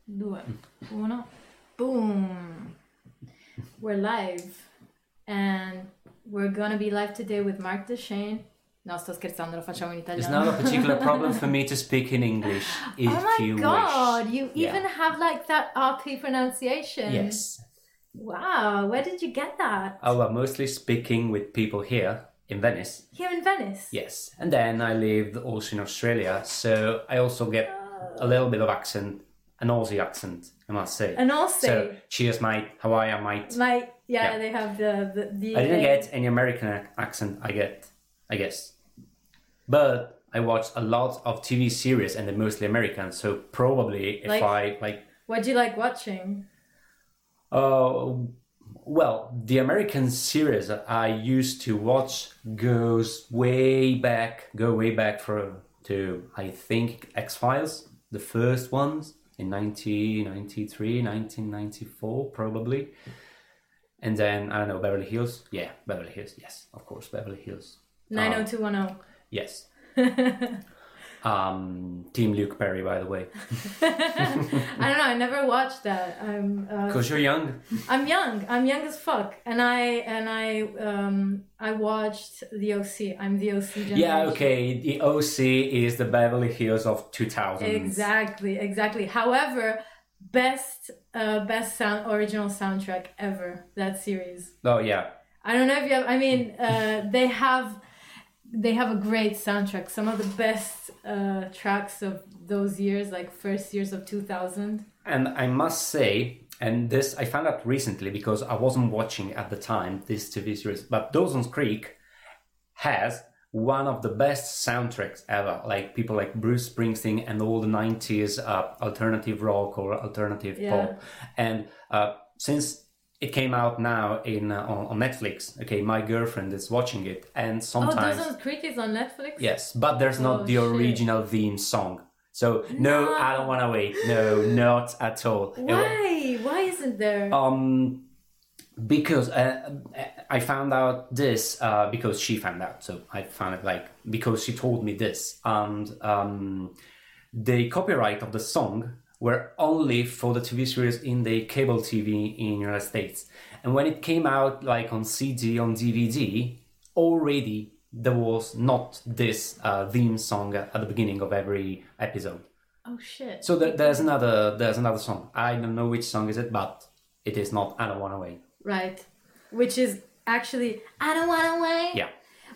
2, 1, boom! We're live, and we're gonna be live today with Mark Deshane. No, sto scherzando, lo facciamo in It's italiano. not a particular problem for me to speak in English if you Oh my god, wish. you even have like that RP pronunciation. Yes. Wow, where did you get that? Oh, well, mostly speaking with people here in Venice. Here in Venice? Yes. And then I lived also in Australia, so I also get a little bit of accent, an Aussie accent, I must say. An Aussie? So, cheers, mate. How are you, mate? Yeah, they have the I didn't get any American accent, I guess. But I watched a lot of TV series and they're mostly American, so probably if What do you like watching? Well, the American series I used to watch go way back to I think X-Files, the first ones in 1993, 1994 probably. And then, I don't know, Beverly Hills. Yeah, Beverly Hills. Yes, of course, Beverly Hills. 90210. Yes. Team Luke Perry, by the way. I don't know. I never watched that. Because you're young. I'm young as fuck, and I watched the OC. I'm the OC generation. Yeah, okay. The OC is the Beverly Hills of 2000s. Exactly. However, best original soundtrack ever. That series. Oh yeah. I don't know if you have. I mean, they have a great soundtrack. Some of the best tracks of those years, like first years of 2000. And I must say, and this I found out recently because I wasn't watching at the time this TV series, but Dawson's Creek has one of the best soundtracks ever. Like people like Bruce Springsteen and all the 90s alternative rock or alternative pop. And since it came out now on Netflix. Okay, my girlfriend is watching it, and sometimes. Oh, Dawson's Creek is on Netflix? Yes, but there's not the original theme song. So no, I don't wanna wait. No, not at all. Why? Why isn't there? Because I found out this because she found out. So I found it because she told me this, and the copyright of the song were only for the TV series in the cable TV in United States. And when it came out on CD, on DVD, already there was not this theme song at the beginning of every episode. Oh shit. So there's another song. I don't know which song is it, but it is not I Don't Wanna Wait. Right. Which is actually I Don't Wanna Wait. Yeah.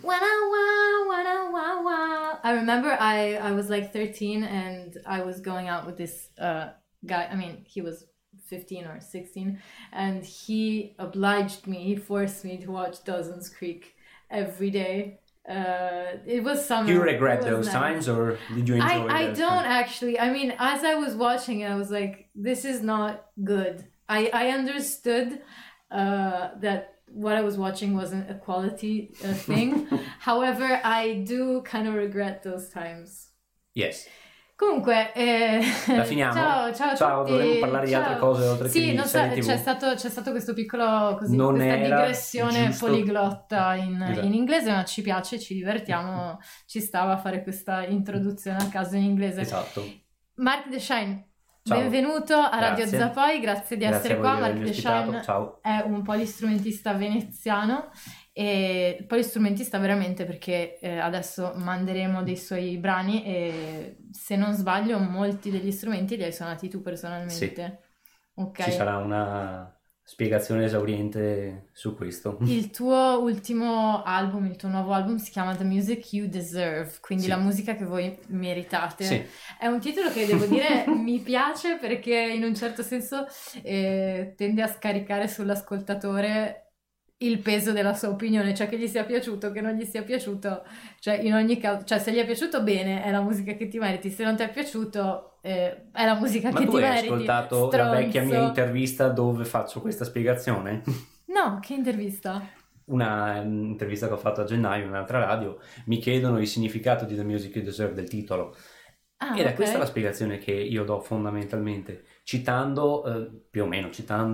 I remember I was 13 and I was going out with this guy. I mean, he was 15 or 16, and he forced me to watch Dawson's Creek every day. It was summer. Do you regret those times, or did you enjoy I those don't times? actually. I mean, as I was watching it, I was like, this is not good. I understood that what I was watching wasn't a quality thing. However, I do kind of regret those times. Yes. Comunque, La finiamo? ciao a tutti. Dovremmo parlare di altre cose oltre che di serie TV. C'è stato questo piccolo Non questa era digressione giusto. Poliglotta Esatto. in inglese, ma ci piace, ci divertiamo, ci stava a fare questa introduzione a caso in inglese. Esatto. Mark Deshane, Ciao. benvenuto a Radio Grazie. Zapoi, grazie di essere a voi qua. di Mark avermi ospitato. Deshane Ciao. è un polistrumentista veneziano, e polistrumentista veramente, perché adesso manderemo dei suoi brani e, se non sbaglio, molti degli strumenti li hai suonati tu personalmente. Sì. Ok. Ci sarà una spiegazione esauriente su questo. Il tuo ultimo album, il tuo nuovo album si chiama The Music You Deserve, quindi Sì. la musica che voi meritate. Sì. È un titolo che, devo dire, mi piace, perché in un certo senso tende a scaricare sull'ascoltatore il peso della sua opinione, cioè che gli sia piaciuto, che non gli sia piaciuto, cioè in ogni caso, cioè se gli è piaciuto bene è la musica che ti meriti, se non ti è piaciuto è la musica Ma che tu ti hai meriti. ascoltato la vecchia mia intervista dove faccio questa spiegazione? No, che intervista? Una intervista che ho fatto a gennaio in un'altra radio. Mi chiedono il significato di The Music You Deserve del titolo. Ed è questa la spiegazione che io do fondamentalmente, citando, più o meno,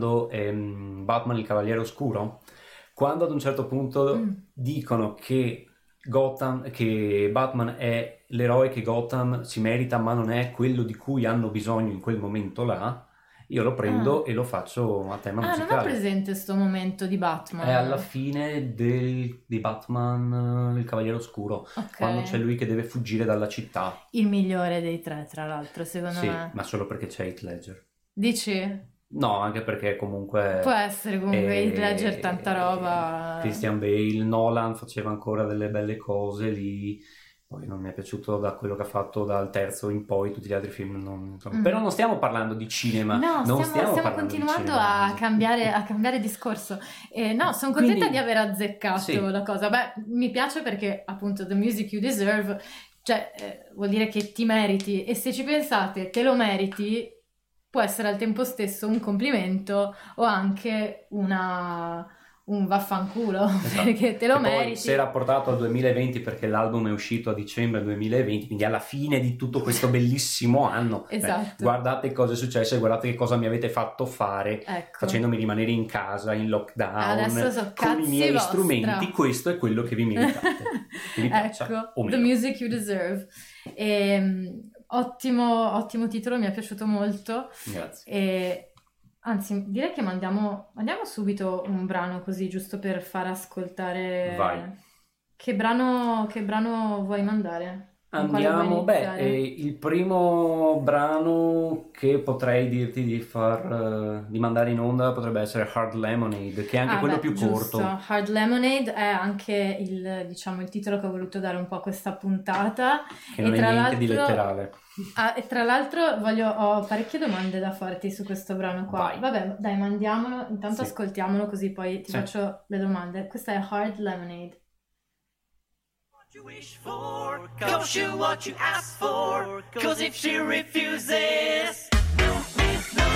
Batman il Cavaliere Oscuro. Quando ad un certo punto dicono che Batman è l'eroe che Gotham si merita, ma non è quello di cui hanno bisogno in quel momento là, io lo prendo e lo faccio a tema musicale. Non ho presente sto momento di Batman. È alla fine di Batman, il Cavaliere Oscuro, quando c'è lui che deve fuggire dalla città. Il migliore dei tre, tra l'altro, secondo me. Sì, ma solo perché c'è Heath Ledger. Dici? No, anche perché comunque... Può essere comunque Heath Ledger, tanta roba. Christian Bale, Nolan faceva ancora delle belle cose lì. Poi non mi è piaciuto da quello che ha fatto dal terzo in poi, tutti gli altri film Però non stiamo parlando di cinema. No, stiamo continuando a cambiare discorso. No, sono contenta di aver azzeccato la cosa. Beh, mi piace perché appunto The Music You Deserve, cioè vuol dire che ti meriti, e se ci pensate te lo meriti, può essere al tempo stesso un complimento o anche un vaffanculo, esatto. Perché te lo meriti. Poi si era portato al 2020 perché l'album è uscito a dicembre 2020, quindi alla fine di tutto questo bellissimo anno. Esatto. Guardate cosa è successo, guardate che cosa mi avete fatto fare, facendomi rimanere in casa, in lockdown, adesso con i miei strumenti. Questo è quello che vi meritate. Vi piaccia, o meno. The Music You Deserve. Ottimo titolo, mi è piaciuto molto. Grazie. Anzi, direi che mandiamo subito un brano così, giusto per far ascoltare. Vai. Che brano vuoi mandare? Andiamo, il primo brano che potrei dirti di mandare in onda potrebbe essere Hard Lemonade, che è anche quello più giusto. corto. Hard Lemonade è anche il titolo che ho voluto dare un po' a questa puntata. Che non è niente di letterale. E tra l'altro ho parecchie domande da farti su questo brano qua. Vai. Vabbè, dai, mandiamolo, intanto ascoltiamolo così poi ti faccio le domande. Questa è Hard Lemonade. You wish for, go shoot what you ask for, 'cause if she refuses, no means no.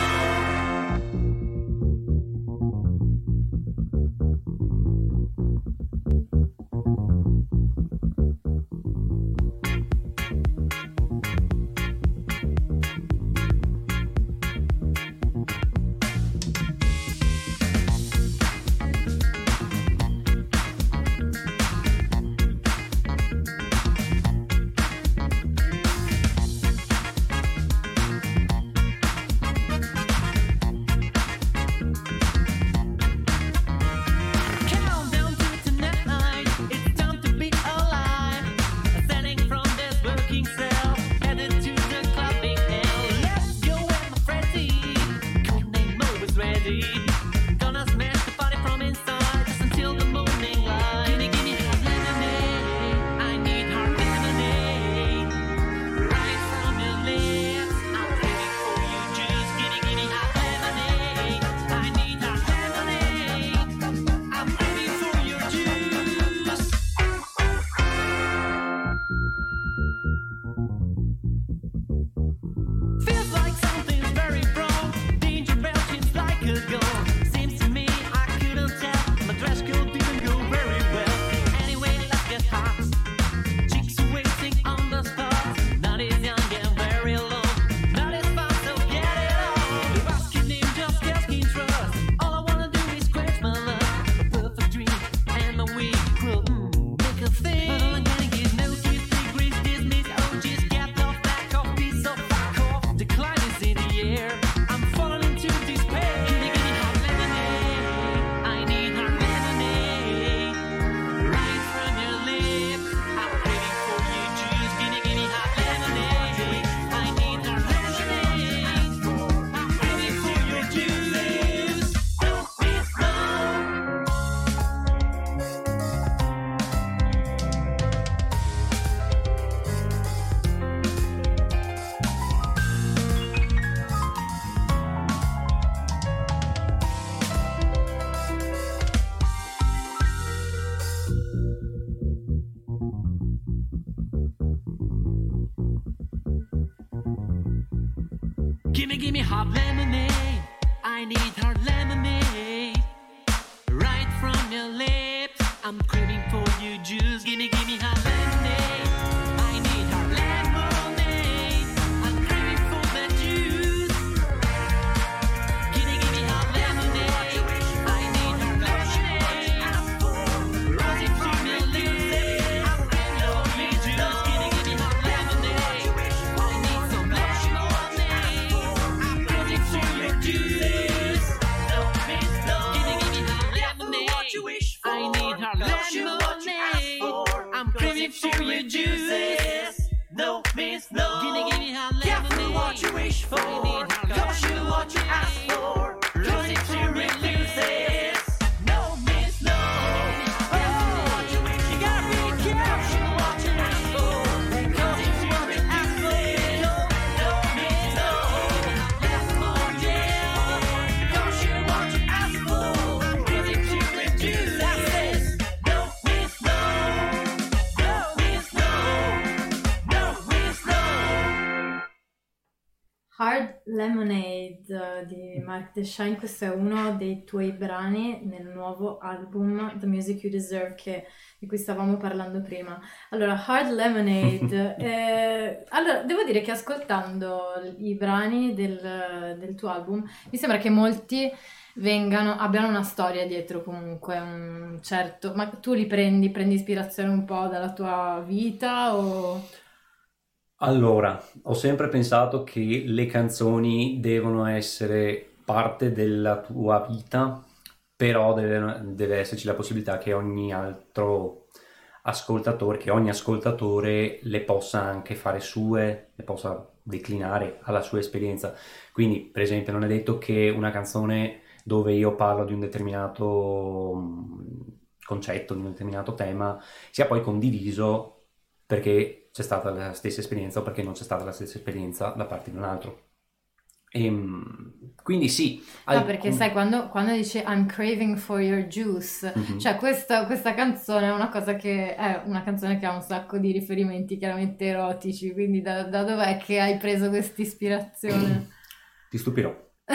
Gimme hot lemonade. I need hot lemonade. Right from your lips. I'm craving for you juice. Gimme hot lemonade. I need hot lemonade. I'm craving for the juice. Gimme hot lemonade. I need hot lemonade. Rising from your lips. I'm craving for you juice. Gimme hot lemonade. I need some lemonade. I'm craving for your juice. for your juices. No means no. Gimme hot lemonade. Careful what you wish for. Cause you what you ask for. Cause if you refuse it, no means no. Careful what you wish for. You gotta be careful what you ask for. Cause if you refuse it, no means no. Yes or yeah. Cause you what you ask for. Cause if you refuse it, no means no. No means no. No means no. Hard Lemonade di Mark Deshain, questo è uno dei tuoi brani nel nuovo album The Music You Deserve di cui stavamo parlando prima. Allora, Hard Lemonade, allora devo dire che ascoltando i brani del tuo album mi sembra che molti abbiano una storia dietro comunque, un certo... Ma tu li prendi ispirazione un po' dalla tua vita o... Allora, ho sempre pensato che le canzoni devono essere parte della tua vita, però deve esserci la possibilità che ogni ascoltatore le possa anche fare sue, le possa declinare alla sua esperienza. Quindi, per esempio, non è detto che una canzone dove io parlo di un determinato concetto, di un determinato tema, sia poi condiviso perché c'è stata la stessa esperienza o perché non c'è stata la stessa esperienza da parte di un altro. Quindi sì. No, perché sai, quando dice I'm craving for your juice, cioè questa canzone è una canzone che ha un sacco di riferimenti chiaramente erotici, quindi da dov'è che hai preso questa ispirazione? Ti stupirò.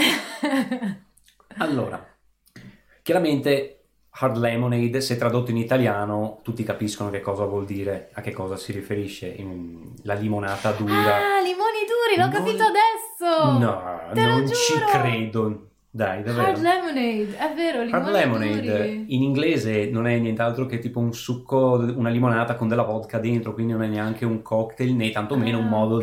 Allora, chiaramente Hard Lemonade, se tradotto in italiano, tutti capiscono che cosa vuol dire, a che cosa si riferisce. La limonata dura. Ah, limoni duri, l'ho capito adesso! No, te non lo ci giuro! credo. Dai, davvero. Hard Lemonade, è vero, limoni Hard Lemonade duri. in inglese non è nient'altro che tipo un succo, una limonata con della vodka dentro, quindi non è neanche un cocktail né tantomeno un modo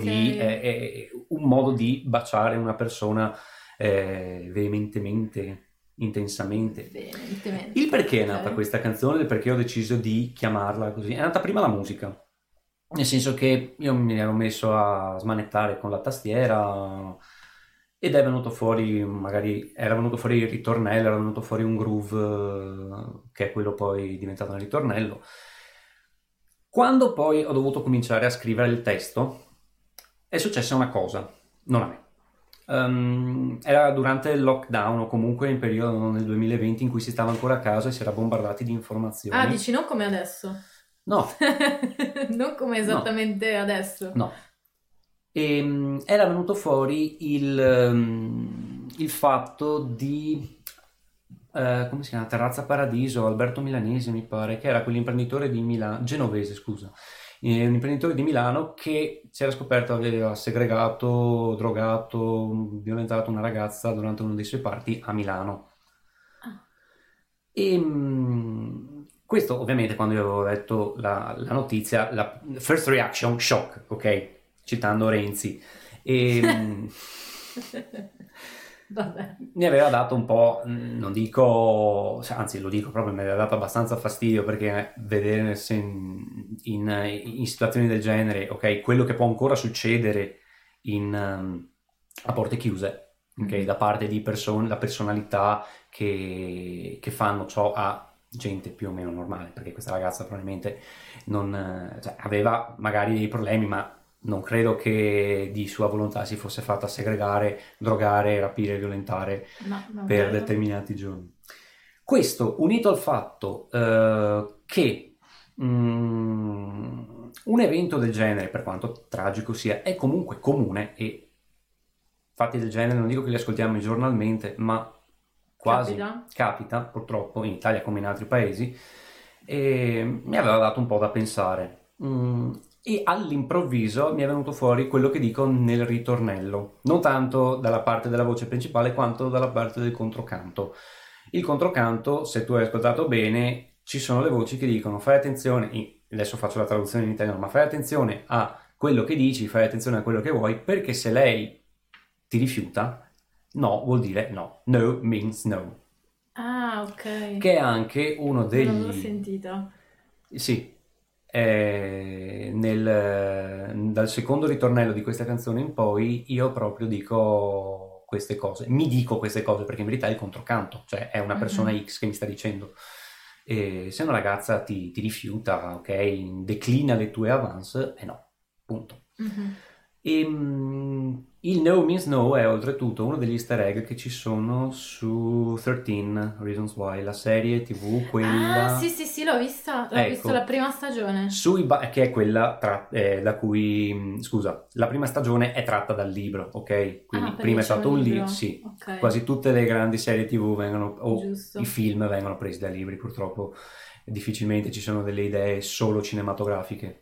di baciare una persona veementemente, intensamente. Il perché è nata questa canzone, il perché ho deciso di chiamarla così, è nata prima la musica, nel senso che io mi ero messo a smanettare con la tastiera ed è venuto fuori, era venuto fuori il ritornello, era venuto fuori un groove che è quello poi diventato un ritornello. Quando poi ho dovuto cominciare a scrivere il testo è successa una cosa, non a me. Era durante il lockdown o comunque in periodo nel 2020 in cui si stava ancora a casa e si era bombardati di informazioni. Ah, dici non come adesso? No. Non come esattamente adesso. No. E era venuto fuori il fatto di come si chiama? Terrazza Paradiso, Alberto Milanese mi pare, che era quell'imprenditore di Milano, genovese scusa, un imprenditore di Milano che si era scoperto aveva segregato, drogato, violentato una ragazza durante uno dei suoi party a Milano. E questo ovviamente quando io avevo letto la notizia, la first reaction, shock, ok? Citando Renzi. E vabbè. Mi aveva dato un po', non dico, anzi lo dico proprio, mi aveva dato abbastanza fastidio perché vedere in situazioni del genere, ok, quello che può ancora succedere a porte chiuse, ok, da parte di persone, la personalità che fanno ciò a gente più o meno normale, perché questa ragazza probabilmente non, aveva magari dei problemi, ma non credo che di sua volontà si fosse fatta segregare, drogare, rapire, violentare per determinati giorni. Questo unito al fatto che un evento del genere, per quanto tragico sia, è comunque comune e fatti del genere non dico che li ascoltiamo giornalmente, ma quasi capita purtroppo in Italia come in altri paesi, e mi aveva dato un po' da pensare. E all'improvviso mi è venuto fuori quello che dico nel ritornello, non tanto dalla parte della voce principale quanto dalla parte del controcanto. Il controcanto, se tu hai ascoltato bene, ci sono le voci che dicono fai attenzione, adesso faccio la traduzione in italiano, ma fai attenzione a quello che dici, fai attenzione a quello che vuoi, perché se lei ti rifiuta, no vuol dire no, no means no. Ah, ok. Che è anche uno degli... Non l'ho sentita. Sì. dal secondo ritornello di questa canzone in poi io proprio dico queste cose, mi dico queste cose perché in verità è il controcanto, cioè è una persona X che mi sta dicendo se una ragazza ti rifiuta, ok, declina le tue avance, no, punto. E il No Means No è oltretutto uno degli easter egg che ci sono su 13 Reasons Why, la serie TV, quella... Ah, sì, l'ho vista, l'ho Ecco. visto la prima stagione. Che è quella da cui, scusa, la prima stagione è tratta dal libro, ok? Quindi perché prima è c'è stato un un libro. libro, sì. Ok. Quasi tutte le grandi serie TV vengono, o Giusto. i film vengono presi dai libri, purtroppo difficilmente ci sono delle idee solo cinematografiche.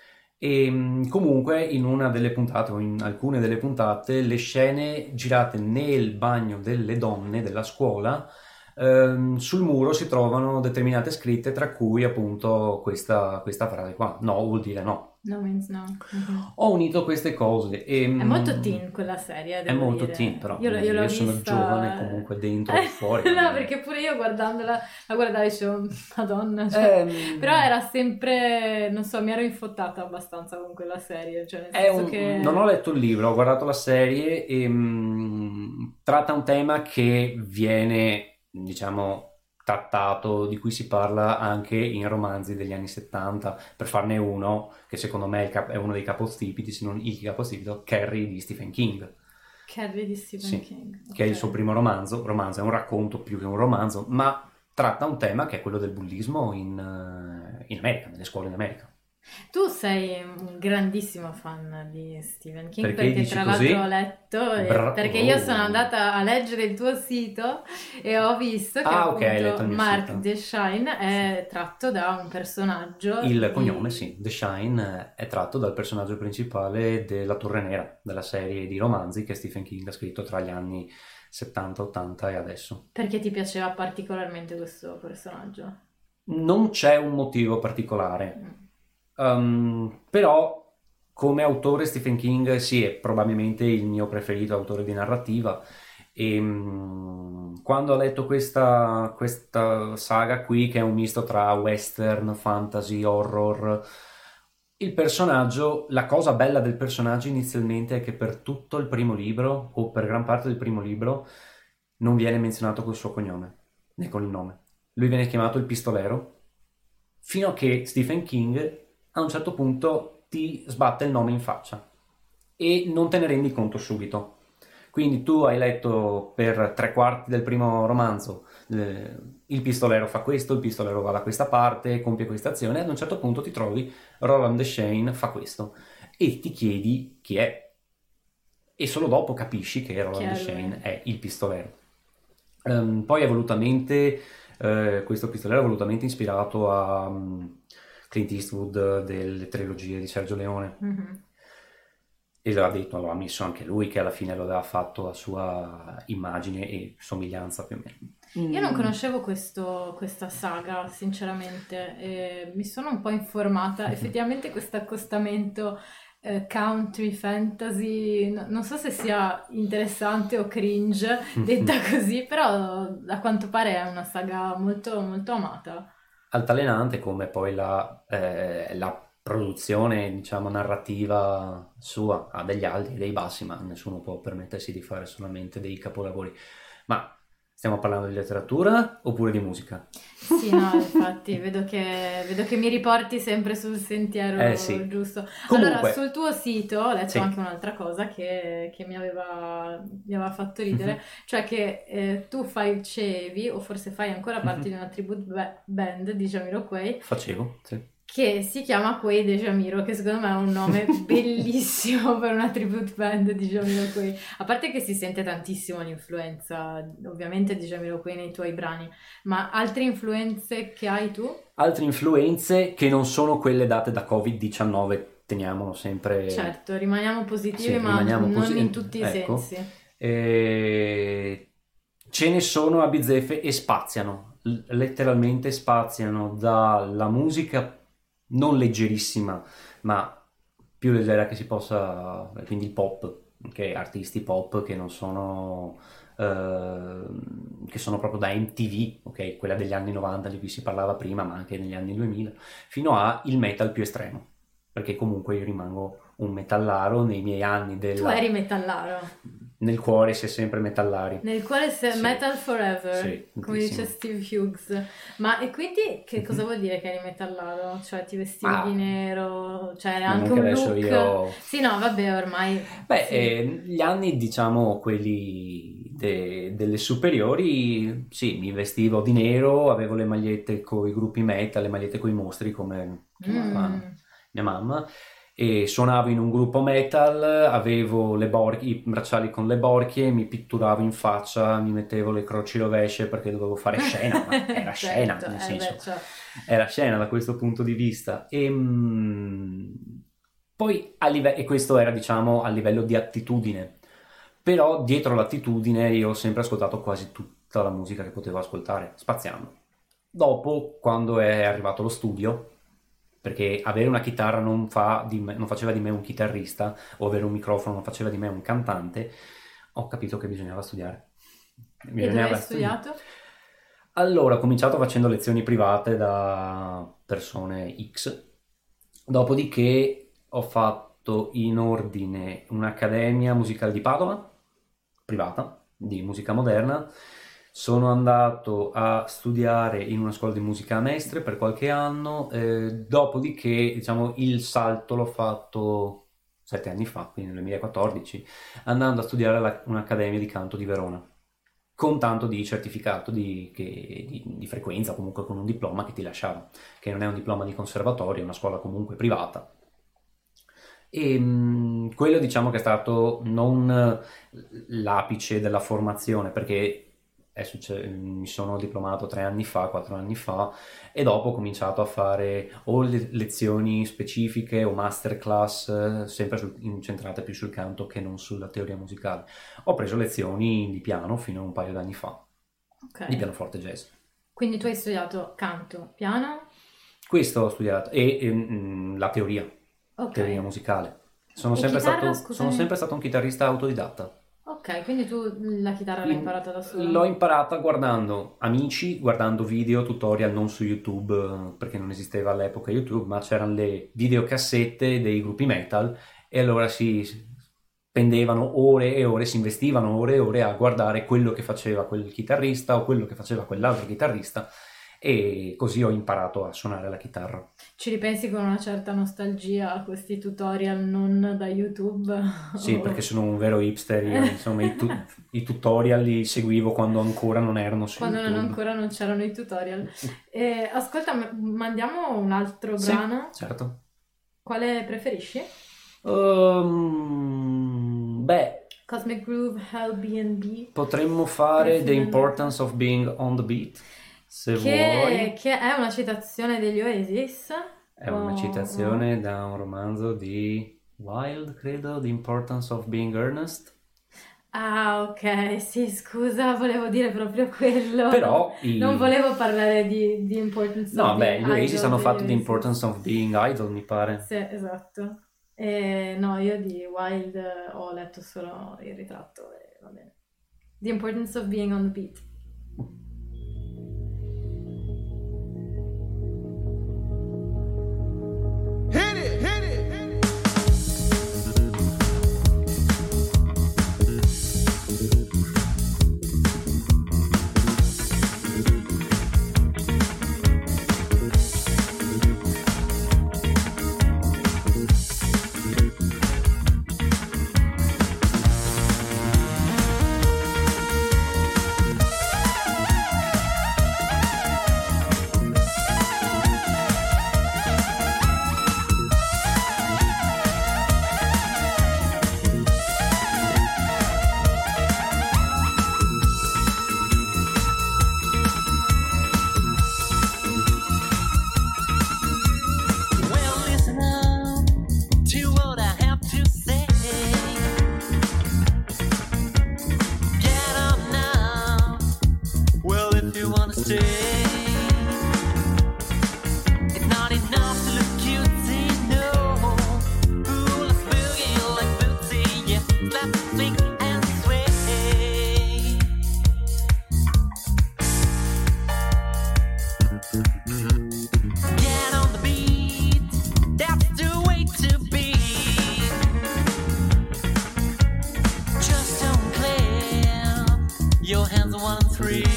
E comunque in una delle puntate o in alcune delle puntate le scene girate nel bagno delle donne della scuola, sul muro si trovano determinate scritte, tra cui appunto questa frase qua: no vuol dire no. No means no. Ho unito queste cose e È molto teen quella serie, è devo molto dire. teen, però Io l'ho sono vista... giovane comunque dentro e fuori. No, perché pure io guardandola, la guardavo e dicevo, Madonna, cioè... Però era sempre, non so, mi ero infottata abbastanza con quella serie, cioè nel senso che... Non ho letto il libro, ho guardato la serie e tratta un tema che viene, diciamo, trattato, di cui si parla anche in romanzi degli anni 70, per farne uno che secondo me è uno dei capostipiti, se non il capostipite, Carrie di Stephen King. Carrie di Stephen Sì, King. che è il suo primo romanzo è un racconto più che un romanzo, ma tratta un tema che è quello del bullismo in America, nelle scuole in America. Tu sei un grandissimo fan di Stephen King Perché perché dici tra così? l'altro ho letto perché io sono andata a leggere il tuo sito e ho visto che Ah, ok, hai letto appunto il mio Mark sito. Deshine è tratto da un personaggio Il cognome, sì, The Shine è tratto dal personaggio principale della Torre Nera, della serie di romanzi che Stephen King ha scritto tra gli anni 70, 80 e adesso. Perché ti piaceva particolarmente questo personaggio? Non c'è un motivo particolare. Però come autore Stephen King sì, è probabilmente il mio preferito autore di narrativa e quando ho letto questa saga qui, che è un misto tra western, fantasy, horror, il personaggio, la cosa bella del personaggio inizialmente è che per tutto il primo libro, o per gran parte del primo libro, non viene menzionato col suo cognome né con il nome. Lui viene chiamato il pistolero, fino a che Stephen King a un certo punto ti sbatte il nome in faccia e non te ne rendi conto subito. Quindi tu hai letto per 3/4 del primo romanzo il pistolero fa questo, il pistolero va da questa parte, compie questa azione, e ad un certo punto ti trovi Roland Deschain fa questo e ti chiedi chi è, e solo dopo capisci che Roland Deschain è il pistolero. Poi è volutamente questo pistolero è volutamente ispirato a Clint Eastwood delle trilogie di Sergio Leone. E lo ha messo anche lui, che alla fine lo aveva fatto a sua immagine e somiglianza più o meno. Io non conoscevo questa saga, sinceramente, e mi sono un po' informata. Effettivamente questo accostamento country fantasy, non so se sia interessante o cringe, detta così, però a quanto pare è una saga molto, molto amata. Altalenante come poi la produzione, diciamo, narrativa sua ha degli alti e dei bassi, ma nessuno può permettersi di fare solamente dei capolavori. Ma stiamo parlando di letteratura oppure di musica? Sì, no, infatti vedo che mi riporti sempre sul sentiero sì. giusto. Comunque, allora, sul tuo sito ho letto sì. anche un'altra cosa che mi aveva fatto ridere, cioè che tu facevi, o forse fai ancora parte di una tribute band di Jamiroquai, facevo, sì, che si chiama Quei de Jamiro, che secondo me è un nome bellissimo per una tribute band di Jamiroquai. A parte che si sente tantissimo l'influenza, ovviamente, di Jamiroquai nei tuoi brani, ma altre influenze che hai tu? Altre influenze che non sono quelle date da Covid-19, teniamolo sempre... Certo, rimaniamo positivi, sì, ma non in tutti i sensi. Ce ne sono a bizzeffe e spaziano, letteralmente spaziano dalla musica non leggerissima, ma più leggera che si possa, quindi il pop, ok? Artisti pop che non sono che sono proprio da MTV, ok? Quella degli anni 90 di cui si parlava prima, ma anche negli anni 2000, fino a il metal più estremo, perché comunque io rimango un metallaro nei miei anni Tu eri metallaro. Nel cuore si è sempre metallari. Nel cuore si è Sì. metal forever, Sì, come dice Steve Hughes. Ma e quindi che cosa vuol dire che eri metallaro? Cioè ti vestivi di nero? Cioè era Ma anche non un che adesso look? io- Sì, no, vabbè, ormai... Beh, sì. gli anni, diciamo, quelli delle superiori, sì, mi vestivo di nero, avevo le magliette con i gruppi metal, le magliette con i mostri, come chiamava mia mamma, e suonavo in un gruppo metal, avevo i bracciali con le borchie, mi pitturavo in faccia, mi mettevo le croci rovesce perché dovevo fare scena, ma era scena, Certo, nel senso, beh, cioè. era scena da questo punto di vista. Poi, e questo era, diciamo, a livello di attitudine, però dietro l'attitudine io ho sempre ascoltato quasi tutta la musica che potevo ascoltare, spaziando. Dopo, quando è arrivato lo studio, perché avere una chitarra non faceva di me un chitarrista, o avere un microfono non faceva di me un cantante, ho capito che bisognava studiare. E dove hai studiato? Allora, ho cominciato facendo lezioni private da persone X, dopodiché ho fatto in ordine un'accademia musicale di Padova, privata, di musica moderna. Sono andato a studiare in una scuola di musica a Mestre per qualche anno, dopodiché, diciamo, il salto l'ho fatto 7 anni fa, quindi nel 2014, andando a studiare un'accademia di canto di Verona, con tanto di certificato di frequenza, comunque con un diploma che ti lasciava, che non è un diploma di conservatorio, è una scuola comunque privata. E quello, diciamo, che è stato non l'apice della formazione, perché mi sono diplomato 4 anni fa, e dopo ho cominciato a fare o lezioni specifiche o masterclass, sempre incentrate più sul canto che non sulla teoria musicale. Ho preso lezioni di piano fino a un paio d'anni fa, di pianoforte jazz. Quindi tu hai studiato canto, piano? Questo ho studiato, e la teoria musicale. Sono sempre stato un chitarrista autodidatta. Ok, quindi tu la chitarra l'hai imparata da solo? L'ho imparata guardando amici, guardando video, tutorial, non su YouTube, perché non esisteva all'epoca YouTube, ma c'erano le videocassette dei gruppi metal, e allora si spendevano ore e ore, si investivano ore e ore a guardare quello che faceva quel chitarrista o quello che faceva quell'altro chitarrista, e così ho imparato a suonare la chitarra. Ci ripensi con una certa nostalgia a questi tutorial non da YouTube? Sì, perché sono un vero hipster, io, insomma, i tutorial li seguivo quando ancora non erano su quando YouTube. ancora non c'erano i tutorial. Ascolta, mandiamo un altro Sì, brano? certo. Quale preferisci? Beh, Cosmic Groove, Hell B&B. potremmo fare The Importance of Being on the Beat, se vuoi. Che è una citazione degli Oasis. È una citazione da un romanzo di Wilde, credo, The Importance of Being Earnest. Ah, ok, sì, scusa, volevo dire proprio quello. Però non volevo parlare di Importance of No, beh, Being gli Oasis Idle hanno fatto degli The Oasis. Importance of Being Idle, mi pare. Sì, esatto. No, io di Wilde ho letto solo il ritratto e va bene. The Importance of Being on the Beat. Hit it, hit it. Well, listen up to what I have to say. Get up now. Well, if you wanna stay, it's not enough to look cutesy, no. Ooh, let's boogie like bootsy, yeah. Slap Your hands on 1, 3.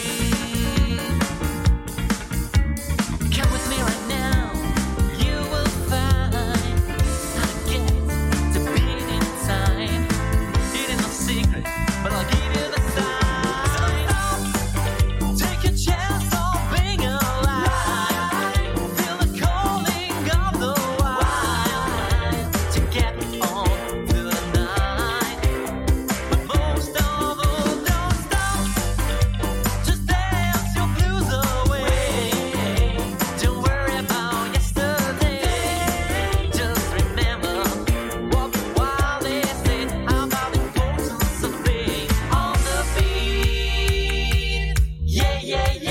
Come with me right now. You will find how to get to being in time. It is no secret, but I'll give you the sign. Take a chance on being alive. Feel the calling of the wild to get on through the night. But most of all, don't stop. Just dance your blues away. Don't worry about yesterday. Just remember what the wild is said about the importance of being on the beat. Yeah, yeah, yeah.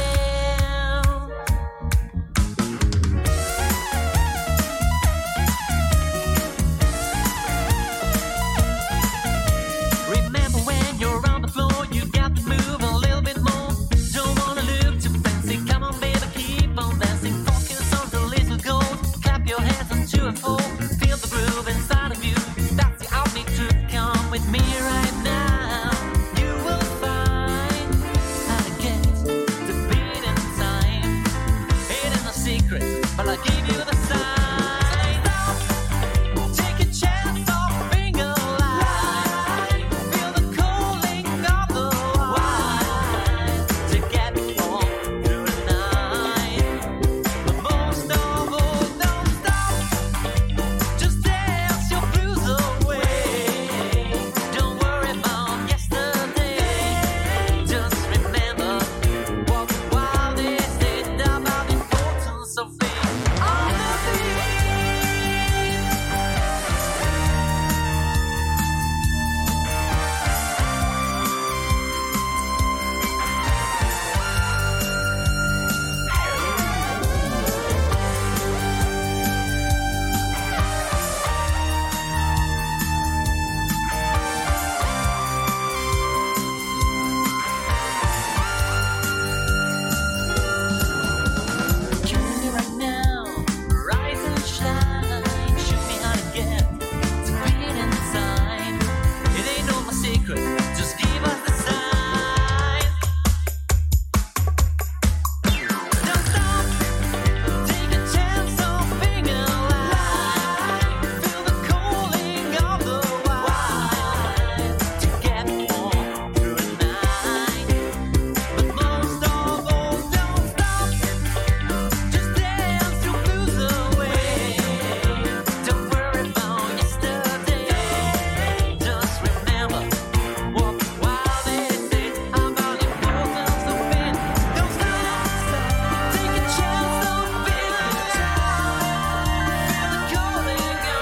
Remember when you're on the floor, you got to move a little bit more. Don't wanna look too fancy. Come on, baby, keep on dancing. Focus on the little goals. Clap your hands on 2 and 4. Feel the groove inside of you. That's the outbeat to come with me right now. You will find how to get to beat in time. It ain't no secret, but I'll give you the sign. Take a chance on being alive. Feel the calling of the wild to get on through the night. But most of all, don't stop. Just dance your blues away. Don't worry about yesterday. Just remember what the wild is said about the importance of being on the beat. Come with me right now, rise and shine. Show me how to get to being inside. It ain't no secret, just give us the sign. Don't stop, take a chance on being alive. Feel the calling of the wild to get on through the night. But most of all, don't stop. Just dance your blues away. Don't worry about yesterday. Just remember what the wild is said about the importance of being. Don't stop. Take a chance on being alive. Feel the calling of the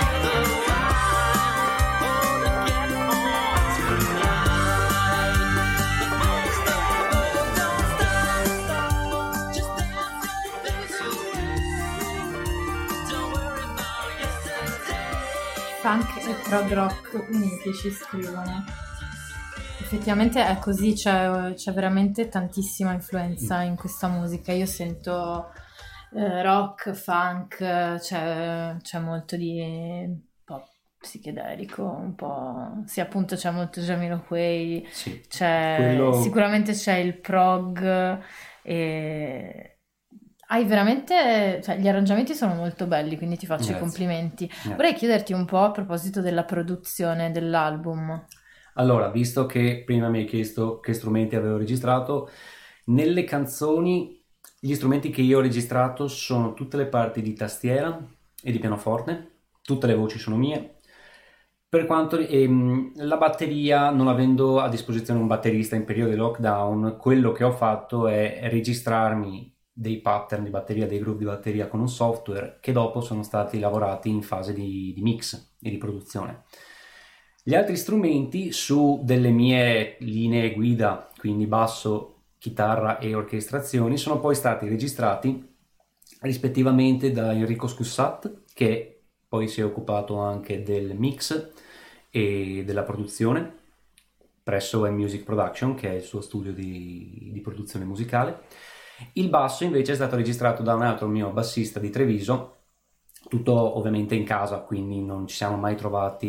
wild. Oh, to get on through the night. But most of all, don't stop. Just dance your blues away. Don't worry about yesterday. Funk e prog rock uniti ci scrivono. Effettivamente è così, c'è veramente tantissima influenza in questa musica. Io sento rock, funk, c'è molto di pop psichedelico, un po'. Sì, appunto c'è molto Jamiroquai, Sì. c'è sicuramente c'è il prog e hai veramente, cioè, gli arrangiamenti sono molto belli, quindi ti faccio i Grazie. complimenti. Grazie. Vorrei chiederti un po' a proposito della produzione dell'album. Allora, visto che prima mi hai chiesto che strumenti avevo registrato, nelle canzoni gli strumenti che io ho registrato sono tutte le parti di tastiera e di pianoforte, tutte le voci sono mie. Per quanto la batteria, non avendo a disposizione un batterista in periodo di lockdown, quello che ho fatto è registrarmi dei pattern di batteria, dei groove di batteria con un software che dopo sono stati lavorati in fase di mix e di produzione. Gli altri strumenti su delle mie linee guida, quindi basso, chitarra e orchestrazioni, sono poi stati registrati rispettivamente da Enrico Scussat, che poi si è occupato anche del mix e della produzione presso M-Music Production, che è il suo studio di produzione musicale. Il basso invece è stato registrato da un altro mio bassista di Treviso, tutto ovviamente in casa, quindi non ci siamo mai trovati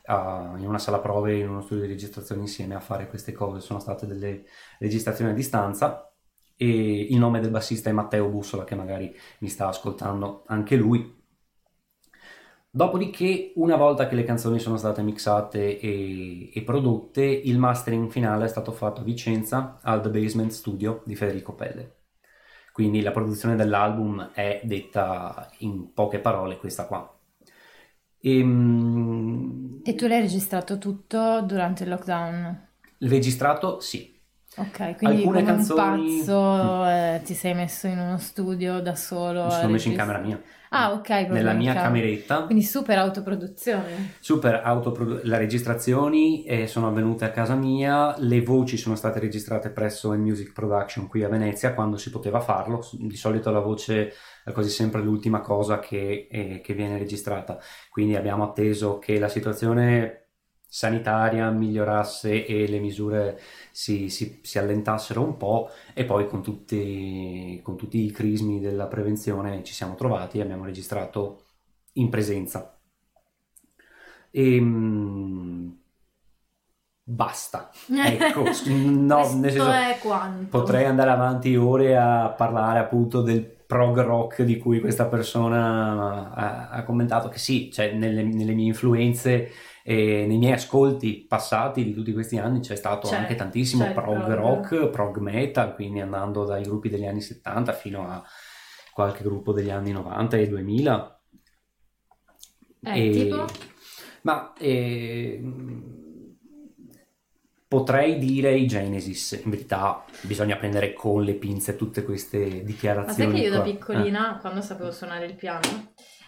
in una sala prove, in uno studio di registrazione insieme a fare queste cose. Sono state delle registrazioni a distanza e il nome del bassista è Matteo Bussola, che magari mi sta ascoltando anche lui. Dopodiché, una volta che le canzoni sono state mixate e prodotte, il mastering finale è stato fatto a Vicenza al The Basement Studio di Federico Pelle. Quindi la produzione dell'album è detta in poche parole questa qua. E tu l'hai registrato tutto durante il lockdown? Registrato, sì. Ok, quindi Alcune come canzoni- un pazzo ti sei messo in uno studio da solo Mi a sono messo in registrare? camera mia. Ah, ok, proprio Nella in mia camera. cameretta. Quindi super autoproduzione. Le registrazioni sono avvenute a casa mia, le voci sono state registrate presso il Music Production qui a Venezia quando si poteva farlo. Di solito la voce è quasi sempre l'ultima cosa che viene registrata, quindi abbiamo atteso che la situazione sanitaria migliorasse e le misure si allentassero un po', e poi con tutti i crismi della prevenzione ci siamo trovati e abbiamo registrato in presenza. Basta, ecco. No, nel Questo senso, è quanto. potrei andare avanti ore a parlare appunto del prog rock di cui questa persona ha commentato, che sì, cioè nelle mie influenze e nei miei ascolti passati di tutti questi anni c'è stato C'è- anche tantissimo c'è il prog prog. rock, prog metal, quindi andando dai gruppi degli anni 70 fino a qualche gruppo degli anni 90 e 2000. Tipo? Ma potrei dire i Genesis. In verità bisogna prendere con le pinze tutte queste Ma sai dichiarazioni che io da qua. piccolina, quando sapevo suonare il piano,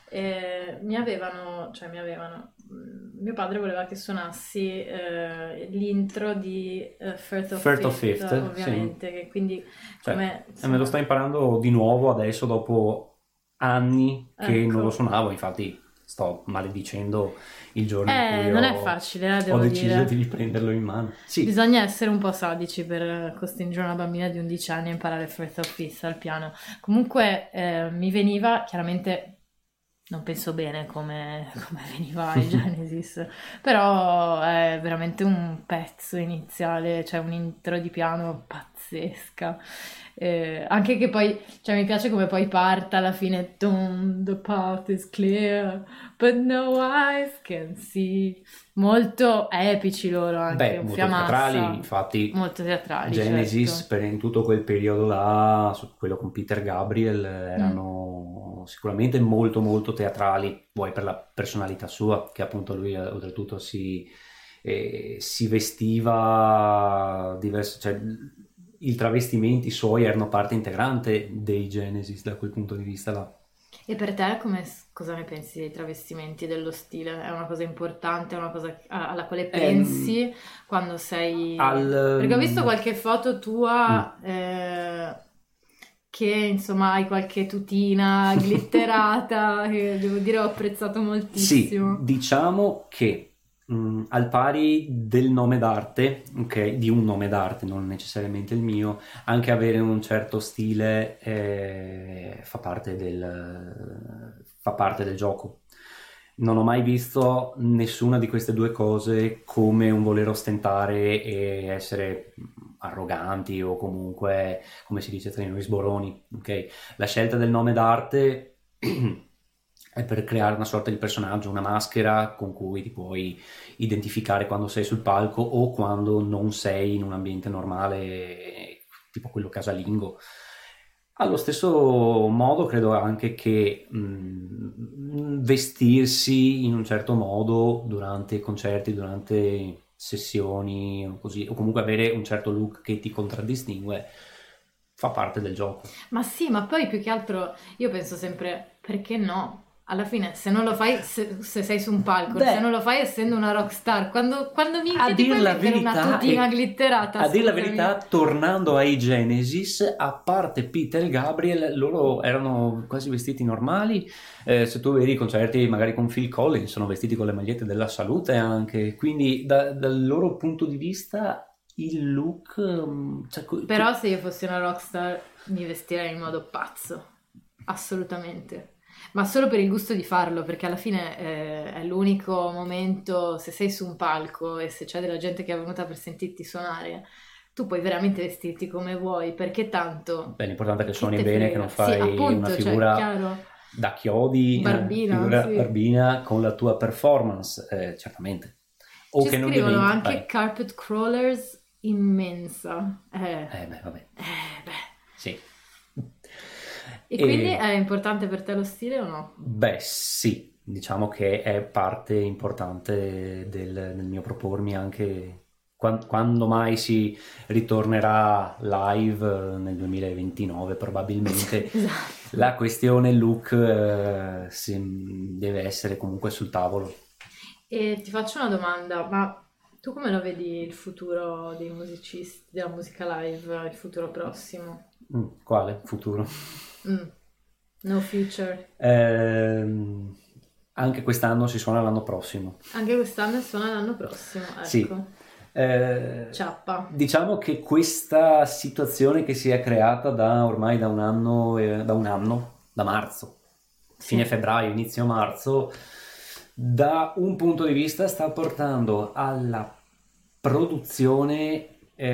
mio padre voleva che suonassi l'intro di Firth of Firth of Fifth, Fifth, ovviamente, che quindi Cioè, come me lo sto imparando di nuovo adesso dopo anni che Ecco. non lo suonavo, infatti sto maledicendo il giorno in cui non ho, è facile, ho devo deciso dire. di riprenderlo in mano. Sì, Bisogna essere un po' sadici per costringere una bambina di 11 anni a imparare Firth of Fifth al piano. Comunque mi veniva, chiaramente non penso bene come veniva ai Genesis, però è veramente un pezzo iniziale, cioè un intro di piano pazzesca. Anche che poi, cioè mi piace come poi parta alla fine, the path is clear, but no eyes can see. Molto epici loro anche, beh, un molto fiamassa. teatrali, infatti. Molto teatrali, Genesis, certo. in tutto quel periodo là, quello con Peter Gabriel, erano sicuramente molto molto teatrali, vuoi per la personalità sua, che appunto lui oltretutto si vestiva diverso, cioè i travestimenti suoi erano parte integrante dei Genesis da quel punto di vista là. E per te cosa ne pensi dei travestimenti, dello stile? È una cosa importante, è una cosa alla quale pensi quando sei... Perché ho visto qualche foto tua che insomma hai qualche tutina glitterata che devo dire ho apprezzato moltissimo. Sì, diciamo che al pari del nome d'arte, ok, di un nome d'arte, non necessariamente il mio, anche avere un certo stile fa parte del gioco. Non ho mai visto nessuna di queste due cose come un voler ostentare e essere arroganti o comunque, come si dice tra noi, sboroni, ok? La scelta del nome d'arte è per creare una sorta di personaggio, una maschera con cui ti puoi identificare quando sei sul palco o quando non sei in un ambiente normale, tipo quello casalingo. Allo stesso modo credo anche che vestirsi in un certo modo durante concerti, durante sessioni o così, o comunque avere un certo look che ti contraddistingue, fa parte del gioco. Ma sì, ma poi più che altro io penso sempre, perché no? Alla fine, se non lo fai, se sei su un palco, se non lo fai essendo una rockstar, quando minchia ti puoi mettere una tutina glitterata? A dire la verità, tornando ai Genesis, a parte Peter e Gabriel, loro erano quasi vestiti normali. Se tu vedi i concerti magari con Phil Collins, sono vestiti con le magliette della salute anche, quindi dal loro punto di vista il look... Però se io fossi una rockstar mi vestirei in modo pazzo, assolutamente. Ma solo per il gusto di farlo, perché alla fine è l'unico momento, se sei su un palco e se c'è della gente che è venuta per sentirti suonare, tu puoi veramente vestirti come vuoi, perché tanto... Beh, l'importante è che chi suoni te bene, frega? che non Sì, fai appunto, una cioè, figura chiaro. da chiodi, Barbina, figura sì. barbina con la tua performance, certamente. O Ci che non scrivono diventi... anche carpet crawlers immensa. beh, vabbè, Beh. sì. E quindi è importante per te lo stile o no? Beh, sì, diciamo che è parte importante del mio propormi anche quando mai si ritornerà live nel 2029 probabilmente. Esatto. La questione look deve essere comunque sul tavolo. E ti faccio una domanda, ma tu come lo vedi il futuro dei musicisti, della musica live, il futuro prossimo? Quale futuro? No future. Anche quest'anno si suona l'anno prossimo. Anche quest'anno suona l'anno prossimo, ecco. Sì. Ciappa. Diciamo che questa situazione che si è creata ormai da un anno, da marzo, fine febbraio, inizio marzo, da un punto di vista sta portando alla produzione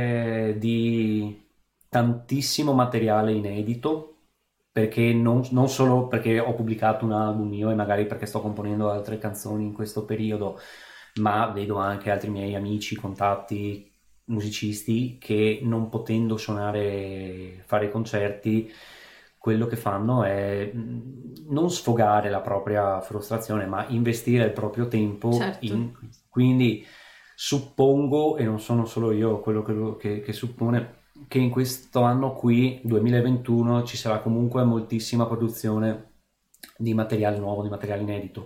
di tantissimo materiale inedito, perché non solo perché ho pubblicato un album mio e magari perché sto componendo altre canzoni in questo periodo, ma vedo anche altri miei amici, contatti, musicisti che non potendo suonare, fare concerti, quello che fanno è non sfogare la propria frustrazione, ma investire il proprio tempo Certo. quindi suppongo, e non sono solo io quello che suppone, che in questo anno qui, 2021, ci sarà comunque moltissima produzione di materiale nuovo, di materiale inedito,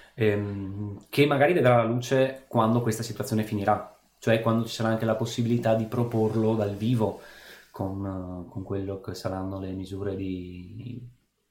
che magari vedrà la luce quando questa situazione finirà, cioè quando ci sarà anche la possibilità di proporlo dal vivo con quello che saranno le misure di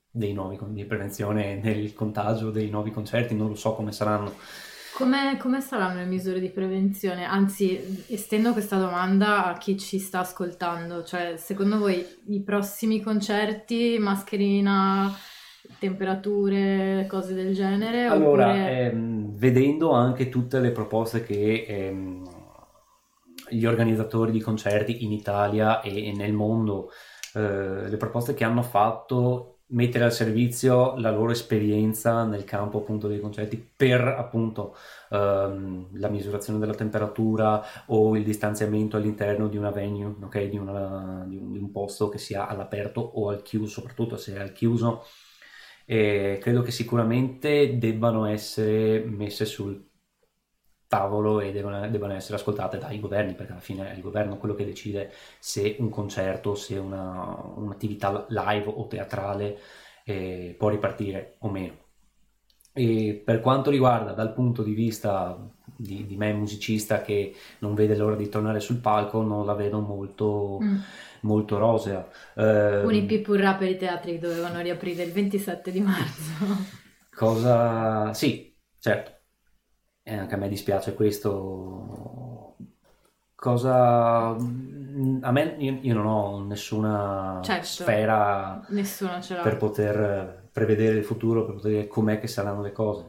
prevenzione del contagio dei nuovi concerti, non lo so come saranno. Come saranno le misure di prevenzione? Anzi, estendo questa domanda a chi ci sta ascoltando, cioè secondo voi i prossimi concerti, mascherina, temperature, cose del genere? Allora, oppure... vedendo anche tutte le proposte che gli organizzatori di concerti in Italia e nel mondo, le proposte che hanno fatto, mettere al servizio la loro esperienza nel campo appunto dei concerti per appunto la misurazione della temperatura o il distanziamento all'interno di una venue, ok, di un posto che sia all'aperto o al chiuso, soprattutto se è al chiuso. E credo che sicuramente debbano essere messe sul tavolo e debbano essere ascoltate dai governi, perché alla fine è il governo quello che decide se un concerto, se un'attività live o teatrale può ripartire o meno. E per quanto riguarda dal punto di vista di me musicista che non vede l'ora di tornare sul palco, non la vedo molto rosea. Un EP purrà per i teatri che dovevano riaprire il 27 di marzo. Sì, certo. E anche a me dispiace questo. A me, io non ho nessuna sfera Nessuno ce l'ha. per poter prevedere il futuro, per poter dire com'è che saranno le cose.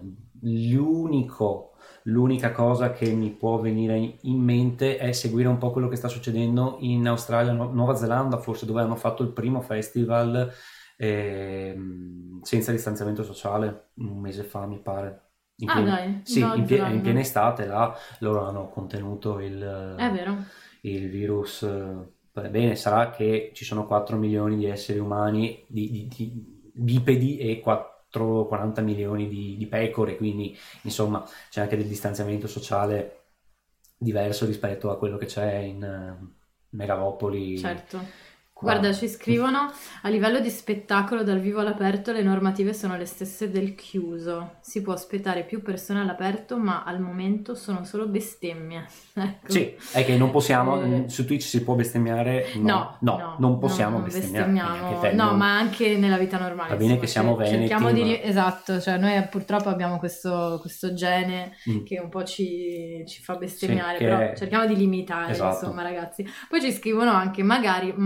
L'unica cosa che mi può venire in mente è seguire un po' quello che sta succedendo in Australia, Nuova Zelanda, forse, dove hanno fatto il primo festival senza distanziamento sociale un mese fa, mi pare. Dai, sì, in piena estate là loro hanno contenuto È vero. il virus. Bene, sarà che ci sono 4 milioni di esseri umani, di bipedi e 40 milioni di pecore, quindi insomma c'è anche del distanziamento sociale diverso rispetto a quello che c'è in megalopoli. Certo. Guarda, ci scrivono: a livello di spettacolo dal vivo all'aperto le normative sono le stesse del chiuso, si può aspettare più persone all'aperto, ma al momento sono solo bestemmie. Ecco. Sì, è che non possiamo, su Twitch si può bestemmiare? No, non possiamo bestemmiare. No, ma anche nella vita normale. Va bene che siamo veneti. Esatto, cioè noi purtroppo abbiamo questo gene che un po' ci fa bestemmiare, però cerchiamo di limitare, esatto. Insomma, ragazzi. Poi ci scrivono anche: magari, ma non se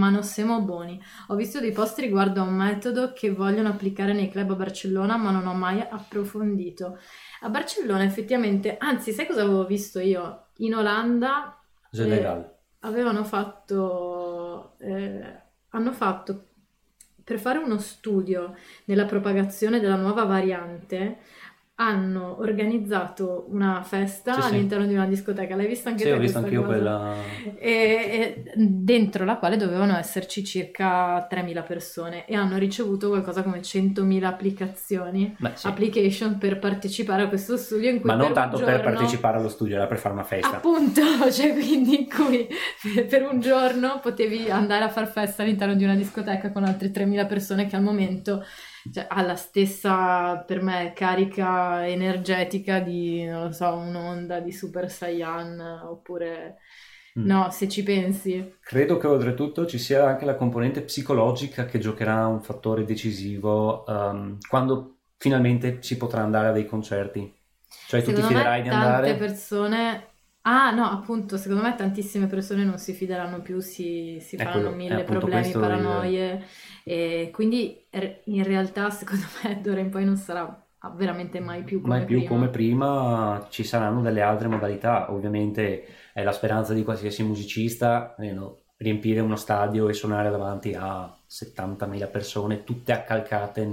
Massimo Boni. Ho visto dei post riguardo a un metodo che vogliono applicare nei club a Barcellona, ma non ho mai approfondito. A Barcellona effettivamente, anzi, sai cosa avevo visto io? In Olanda Generale. avevano fatto, hanno fatto, per fare uno studio nella propagazione della nuova variante, hanno organizzato una festa Sì, sì. all'interno di una discoteca. L'hai vista anche Sì, te ho visto questa anch'io cosa? quella. E dentro la quale dovevano esserci circa 3.000 persone e hanno ricevuto qualcosa come 100.000 applicazioni, Beh, sì. application per partecipare a questo studio in cui Ma non per tanto un per giorno- partecipare allo studio, era per fare una festa. Appunto, cioè quindi in cui per un giorno potevi andare a far festa all'interno di una discoteca con altre 3.000 persone che al momento, cioè, ha la stessa, per me, carica energetica di, non lo so, un'onda di Super Saiyan, oppure no, se ci pensi. Credo che oltretutto ci sia anche la componente psicologica che giocherà un fattore decisivo quando finalmente si potrà andare a dei concerti. Cioè tu ti Secondo fiderai me di tante andare? persone... Ah, no, appunto, secondo me tantissime persone non si fideranno più, si faranno È mille appunto problemi, questo paranoie, e quindi in realtà secondo me d'ora in poi non sarà veramente mai più come Mai più prima. come prima, ci saranno delle altre modalità. Ovviamente è la speranza di qualsiasi musicista, riempire uno stadio e suonare davanti a 70.000 persone, tutte accalcate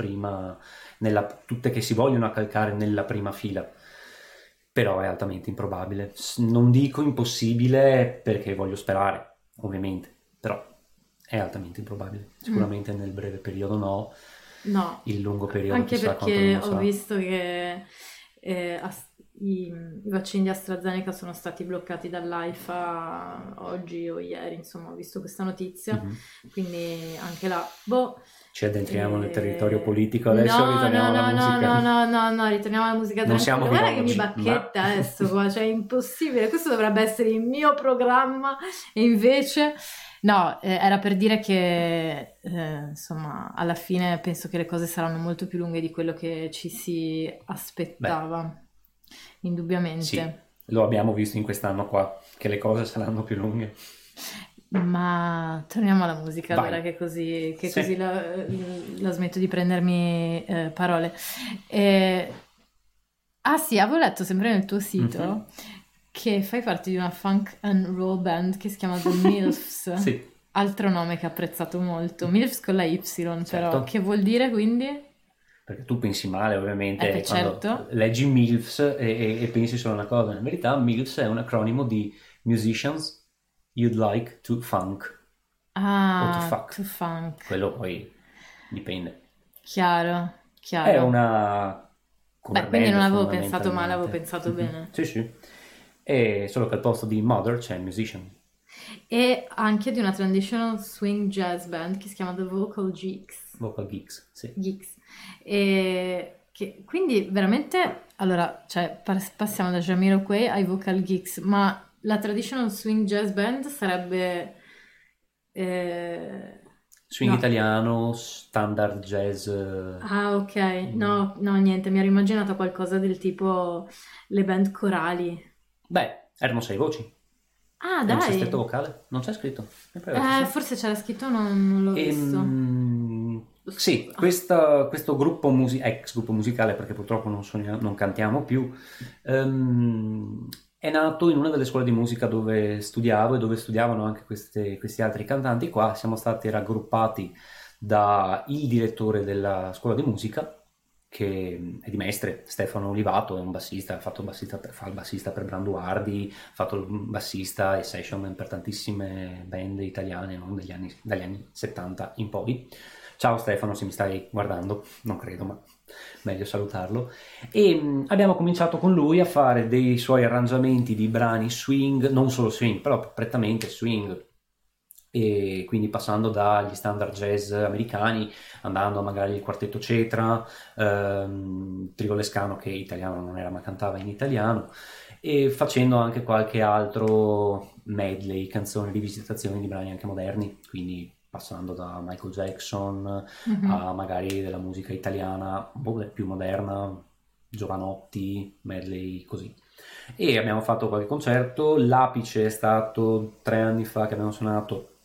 tutte che si vogliono accalcare nella prima fila. Però è altamente improbabile. Non dico impossibile perché voglio sperare, ovviamente, però è altamente improbabile. Sicuramente nel breve periodo no. No, Il lungo periodo anche chissà quanto perché non lo ho sarà. visto che i vaccini di AstraZeneca sono stati bloccati dall'AIFA oggi o ieri, insomma, ho visto questa notizia, Mhm. quindi anche là, boh. Ci addentriamo nel territorio politico adesso, No, ritorniamo alla musica. no, ritorniamo alla musica Non tranquilla. siamo Guarda che mi virologi, bacchetta adesso qua, cioè è impossibile, questo dovrebbe essere il mio programma e invece... No, era per dire che insomma alla fine penso che le cose saranno molto più lunghe di quello che ci si aspettava, indubbiamente. Sì, lo abbiamo visto in quest'anno qua, che le cose saranno più lunghe. Ma torniamo alla musica, Vai. allora che così Sì. la smetto di prendermi parole. Ah sì, avevo letto sempre nel tuo sito Mhm. che fai parte di una funk and roll band che si chiama The Milfs. Sì. Altro nome che ho apprezzato molto. Milfs con la Y, però. Certo. Che vuol dire quindi? Perché tu pensi male, ovviamente, beh, quando certo. leggi MILFs e pensi solo a una cosa. In verità MILFs è un acronimo di Musicians You'd Like to Funk. Ah, O to fuck. to funk. Quello poi dipende. Chiaro. È una cover Beh, quindi band, non avevo pensato male, avevo fondamentalmente. pensato bene. Sì, sì. E solo che al posto di Mother c'è Musician. E anche di una traditional swing jazz band che si chiama The Vocal Geeks. Vocal Geeks, sì. E quindi veramente, allora, cioè, passiamo da Jamiroquai ai Vocal Geeks, ma la traditional swing jazz band sarebbe... Swing no. italiano, standard jazz. Ah, ok. No, niente, mi ero immaginata qualcosa del tipo le band corali. Beh, erano 6 voci. Ah, È un dai. sestetto vocale, non c'è scritto. Mi pare che sì. Forse c'era scritto, non l'ho visto. Sì, questo ex gruppo musicale, perché purtroppo non cantiamo più, è nato in una delle scuole di musica dove studiavo e dove studiavano anche questi altri cantanti qua. Siamo stati raggruppati da il direttore della scuola di musica, che è di Mestre, Stefano Olivato, è un bassista, fa il bassista per Branduardi, ha fatto il bassista e session per tantissime band italiane, no? Dagli anni 70 in poi. Ciao Stefano, se mi stai guardando, non credo, ma meglio salutarlo. E abbiamo cominciato con lui a fare dei suoi arrangiamenti di brani swing, non solo swing, però prettamente swing, e quindi passando dagli standard jazz americani, andando magari il quartetto Cetra, Trio Lescano, che italiano non era ma cantava in italiano, e facendo anche qualche altro medley, canzoni, rivisitazioni di brani anche moderni, quindi passando da Michael Jackson a magari della musica italiana più moderna, Giovanotti, medley così. E abbiamo fatto qualche concerto. L'apice è stato 3 anni fa che abbiamo suonato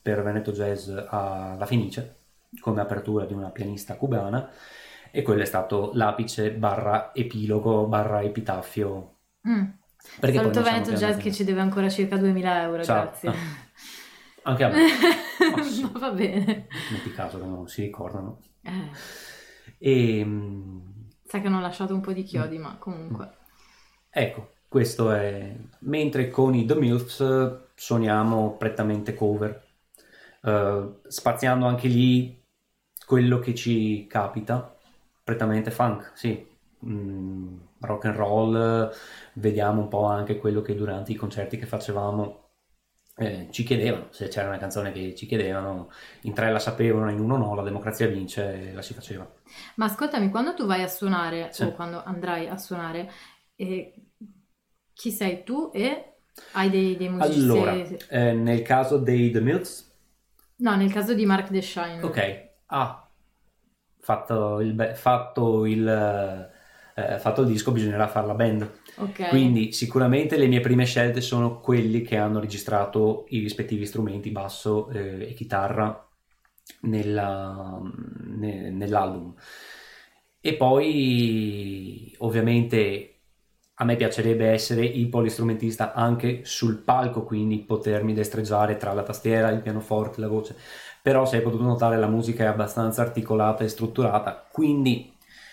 per Veneto Jazz alla Fenice, come apertura di una pianista cubana, e quello è stato l'apice / epilogo / epitaffio. Perché Saluto poi non siamo Veneto più Jazz andati- che ci deve ancora circa 2000 euro, Ciao. grazie. Anche a me. Ma sì. Ma va bene. Metti caso che non si ricordano. Eh, E Sai che hanno lasciato un po' di chiodi, ma comunque. ecco, questo è... Mentre con i The Milfs suoniamo prettamente cover, spaziando anche lì quello che ci capita, prettamente funk, sì. Rock and roll, vediamo un po' anche quello che durante i concerti che facevamo ci chiedevano, se c'era una canzone che ci chiedevano, in 3 la sapevano, in 1 no, la democrazia vince e la si faceva. Ma ascoltami, quando tu vai a suonare, Sì. o quando andrai a suonare, chi sei tu e hai dei musicisti? Allora, nel caso dei The Mills, No, nel caso di Mark Deshain. ok, fatto il disco, bisognerà fare la band. Ok. Quindi sicuramente le mie prime scelte sono quelli che hanno registrato i rispettivi strumenti, basso e chitarra nell'album. E poi ovviamente a me piacerebbe essere il polistrumentista anche sul palco, quindi potermi destreggiare tra la tastiera, il pianoforte, la voce. Però se hai potuto notare, la musica è abbastanza articolata e strutturata, quindi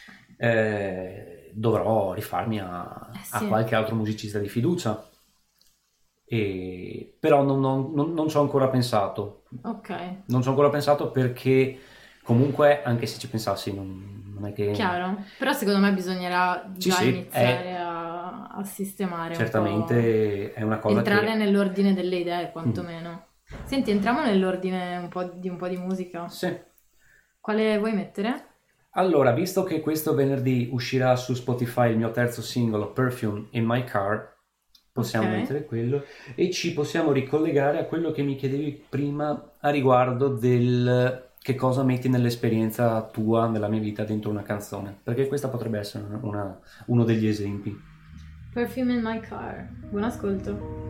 dovrò rifarmi a sì. qualche altro musicista di fiducia. Però non ci ho ancora pensato. Ok, Non ci ho ancora pensato perché comunque, anche se ci pensassi, non è che... chiaro. Però secondo me bisognerà già Sì, iniziare a sistemare certamente è una un po', cosa entrare che... nell'ordine delle idee, quantomeno. Senti, entriamo nell'ordine un po' di musica. Sì. Quale vuoi mettere? Allora, visto che questo venerdì uscirà su Spotify il mio terzo singolo, Perfume in My Car, possiamo Ok. mettere quello e ci possiamo ricollegare a quello che mi chiedevi prima a riguardo del che cosa metti nell'esperienza tua, nella mia vita, dentro una canzone, perché questa potrebbe essere uno degli esempi. Perfume in My Car. Buon ascolto.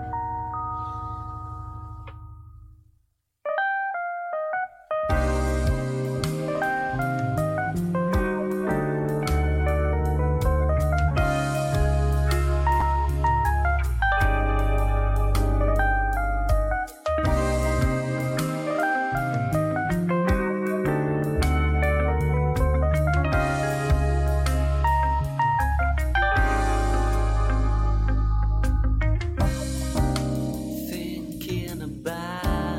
Thinking about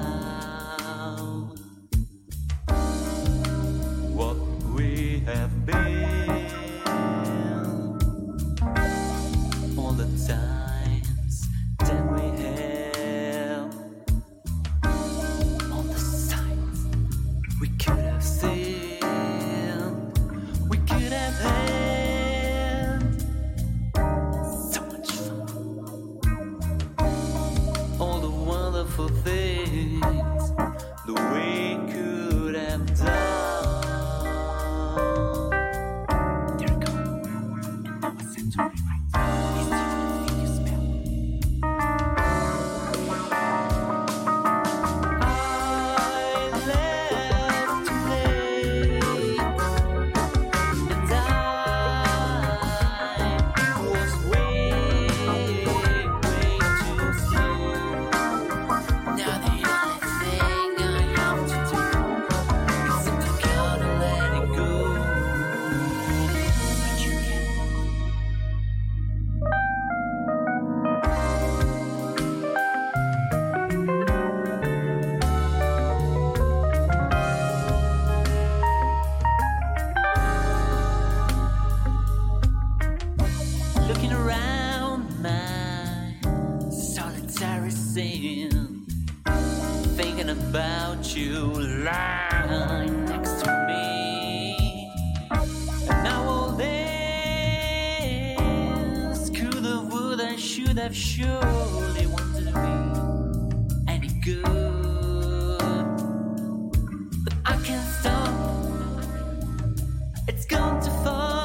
what we have been, all the times that we have, all the signs we could have seen, we could have had so much fun. All the wonderful things that we could have done. They're gone, and now it's set to rewrite. It's just the thing you smell. I left too late, and I was way too soon. Now the only thing I have to do is simply gotta let it go. But you can. Looking around my solitary scene, thinking about you lying next to me. And now all this could have, would have, should have surely wanted me any good, but I can't stop. It's gone too far.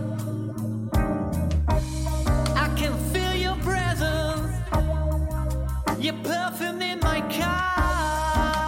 I can feel your presence, your perfume in my car.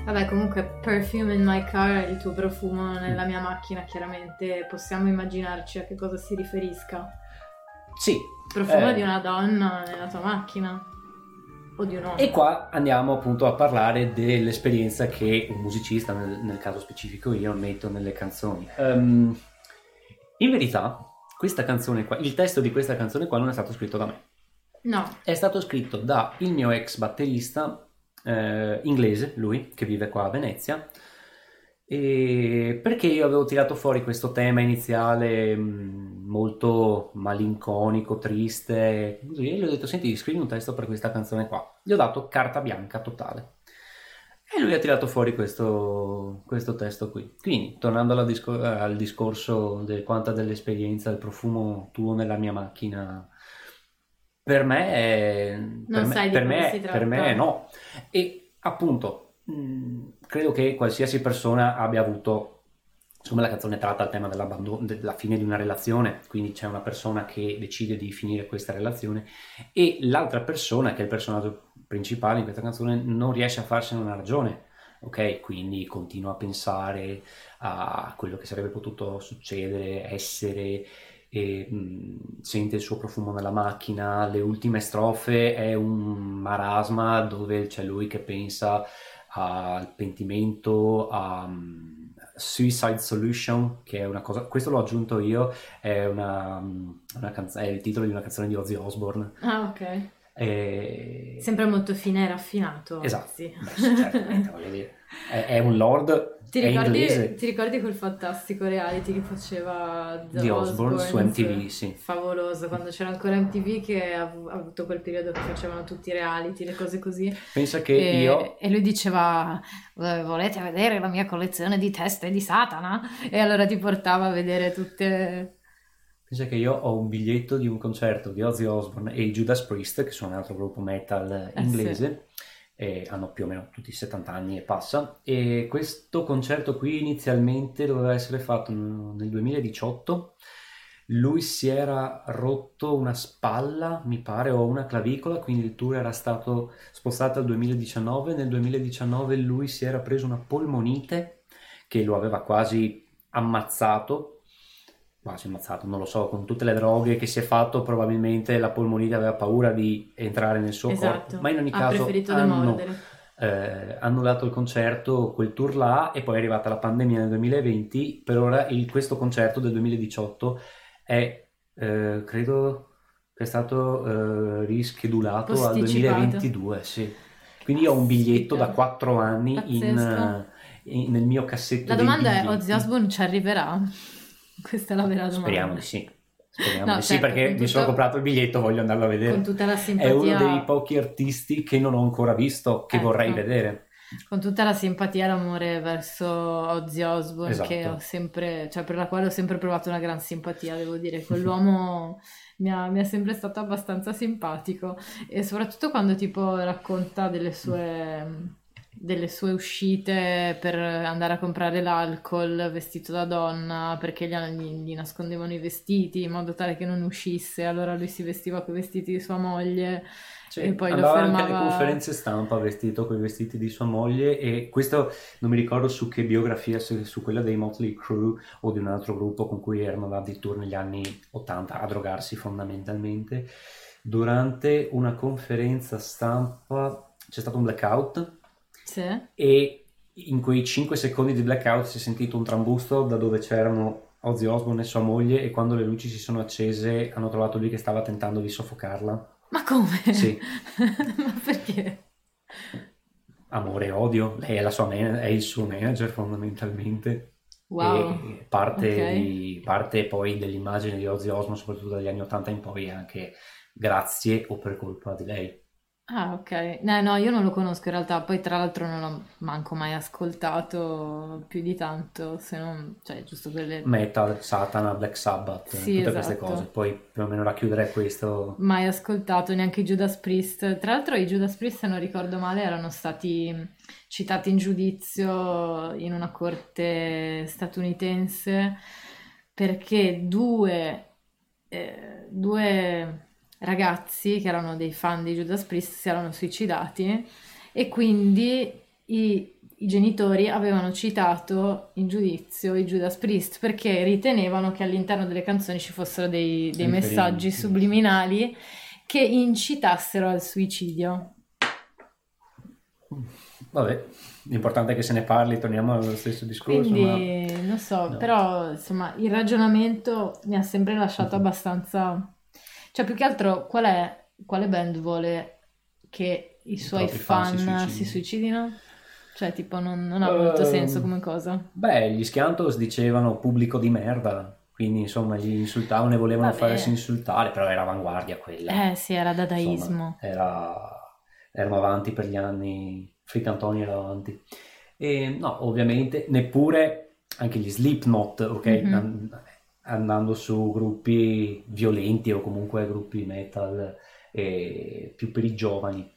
Vabbè, comunque Perfume in My Car, il tuo profumo nella mia macchina, chiaramente possiamo immaginarci a che cosa si riferisca. Sì. Profumo di una donna nella tua macchina o di un uomo. E qua andiamo appunto a parlare dell'esperienza che un musicista, nel caso specifico io, metto nelle canzoni. In verità, questa canzone qua, il testo di questa canzone qua non è stato scritto da me. No. È stato scritto da il mio ex batterista inglese, lui, che vive qua a Venezia, e perché io avevo tirato fuori questo tema iniziale molto malinconico, triste, così, e gli ho detto: senti, scrivi un testo per questa canzone qua. Gli ho dato carta bianca totale e lui ha tirato fuori questo testo qui. Quindi, tornando al discorso di quanta dell'esperienza, il profumo tuo nella mia macchina, per me è, per me è no. E appunto credo che qualsiasi persona abbia avuto, insomma, la canzone tratta il tema dell'abbandono, della fine di una relazione, quindi c'è una persona che decide di finire questa relazione e l'altra persona, che è il personaggio principale in questa canzone, non riesce a farsene una ragione, ok? Quindi continua a pensare a quello che sarebbe potuto succedere, essere, e sente il suo profumo nella macchina. Le ultime strofe è un marasma dove c'è lui che pensa al pentimento, a Suicide Solution, che è una cosa, questo l'ho aggiunto io, è è il titolo di una canzone di Ozzy Osbourne. Ah, ok. Sempre molto fine e raffinato. Esatto. Sì. Beh, certamente, voglio dire, è un lord. Ti ricordi quel fantastico reality che faceva di Osbourne su MTV? Sì. Favoloso, quando c'era ancora MTV, che ha avuto quel periodo che facevano tutti i reality, le cose così. Pensa che E lui diceva: volete vedere la mia collezione di teste di Satana? E allora ti portava a vedere tutte... Pensa che io ho un biglietto di un concerto di Ozzy Osbourne e i Judas Priest, che sono un altro gruppo metal inglese, sì. E hanno più o meno tutti 70 anni e passa, e questo concerto qui inizialmente doveva essere fatto nel 2018. Lui si era rotto una spalla, mi pare, o una clavicola, quindi il tour era stato spostato al 2019. Nel 2019 lui si era preso una polmonite che lo aveva quasi ammazzato, non lo so, con tutte le droghe che si è fatto, probabilmente la polmonite aveva paura di entrare nel suo corpo, ma in ogni caso hanno annullato il concerto, quel tour là, e poi è arrivata la pandemia nel 2020. Per ora questo concerto del 2018 è credo che è stato rischedulato al 2022, sì. Quindi io ho un biglietto da 4 anni nel mio cassetto. La domanda è: Ozzy Osbourne ci arriverà? Questa è la vera domanda. Speriamo di sì. Perché mi sono comprato il biglietto, voglio andarlo a vedere. Con tutta la simpatia. È uno dei pochi artisti che non ho ancora visto, che vorrei vedere. Con tutta la simpatia e l'amore verso Ozzy Osbourne, esatto, che ho sempre, cioè per la quale ho sempre provato una gran simpatia, devo dire. Quell'uomo mi è sempre stato abbastanza simpatico, e soprattutto quando tipo racconta delle sue uscite per andare a comprare l'alcol vestito da donna, perché gli nascondevano i vestiti in modo tale che non uscisse, allora lui si vestiva con i vestiti di sua moglie, sì, e poi andava lo fermava anche alle conferenze stampa vestito con i vestiti di sua moglie. E questo non mi ricordo su che biografia, su quella dei Motley Crue o di un altro gruppo con cui erano andati in tour negli anni 80 a drogarsi fondamentalmente. Durante una conferenza stampa c'è stato un blackout. Sì. E in quei 5 secondi di blackout si è sentito un trambusto da dove c'erano Ozzy Osbourne e sua moglie, e quando le luci si sono accese hanno trovato lui che stava tentando di soffocarla. Ma come? Sì. Ma perché? Amore e odio. Lei è il suo manager fondamentalmente. Wow. E parte poi dell'immagine di Ozzy Osbourne, soprattutto dagli anni 80 in poi, anche grazie o per colpa di lei. Ah, ok. No, io non lo conosco in realtà, poi tra l'altro non l'ho manco mai ascoltato più di tanto, se non, cioè, giusto quelle... Metal, Satana, Black Sabbath, sì, tutte esatto, queste cose, poi più o meno racchiudere questo... Mai ascoltato neanche i Judas Priest. Tra l'altro i Judas Priest, se non ricordo male, erano stati citati in giudizio in una corte statunitense perché due ragazzi che erano dei fan di Judas Priest si erano suicidati, e quindi i genitori avevano citato in giudizio i Judas Priest perché ritenevano che all'interno delle canzoni ci fossero dei messaggi subliminali che incitassero al suicidio. Vabbè, l'importante è che se ne parli, torniamo allo stesso discorso. Quindi, non so, no. però insomma il ragionamento mi ha sempre lasciato abbastanza... Cioè, più che altro, quale band vuole che i suoi propri fan fan si suicidino? Cioè, tipo, non ha molto senso come cosa. Beh, gli Schiantos dicevano pubblico di merda, quindi insomma gli insultavano e volevano Vabbè. farsi insultare, però era avanguardia quella. Sì, era dadaismo. Insomma, erano avanti per gli anni, Fricantoni era avanti. E no, ovviamente neppure anche gli Slipknot, ok? Andando su gruppi violenti o comunque gruppi metal più per i giovani.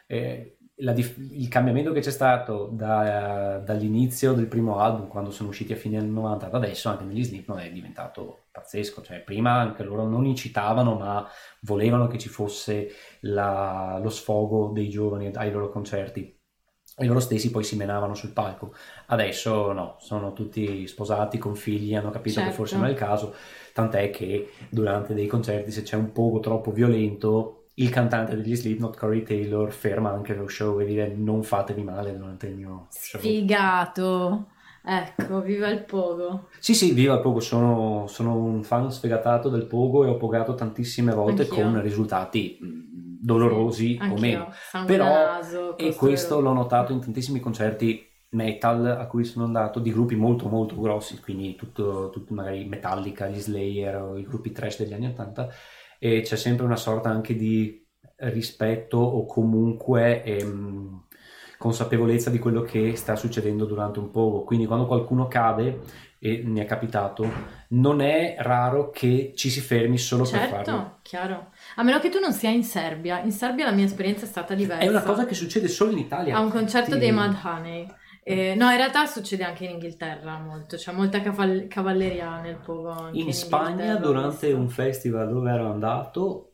Il cambiamento che c'è stato dall'inizio del primo album, quando sono usciti a fine anni 90 ad adesso, anche negli Slipknot è diventato pazzesco. Cioè, prima anche loro non incitavano, ma volevano che ci fosse lo sfogo dei giovani ai loro concerti. E loro stessi poi si menavano sul palco. Adesso no, sono tutti sposati con figli, hanno capito che forse non è il caso, tant'è che durante dei concerti, se c'è un poco troppo violento, il cantante degli Slipknot, Corey Taylor, ferma anche lo show e dire non fatevi male durante il mio show. Sfigato! Ecco, viva il pogo! Sì, viva il pogo, sono un fan sfegatato del pogo e ho pogato tantissime volte Anch'io. Con risultati dolorosi o meno. Però, e questo l'ho notato in tantissimi concerti metal a cui sono andato, di gruppi molto molto grossi, quindi tutto magari Metallica, gli Slayer o i gruppi trash degli anni 80, e c'è sempre una sorta anche di rispetto o comunque consapevolezza di quello che sta succedendo durante un pogo. Quindi quando qualcuno cade, e mi è capitato, non è raro che ci si fermi solo per farlo. Certo, chiaro. A meno che tu non sia in Serbia. In Serbia la mia esperienza è stata diversa. È una cosa che succede solo in Italia. A un concerto dei Mudhoney. No, in realtà succede anche in Inghilterra molto. C'è molta cavalleria nel pogo anche in Spagna durante un festival dove ero andato,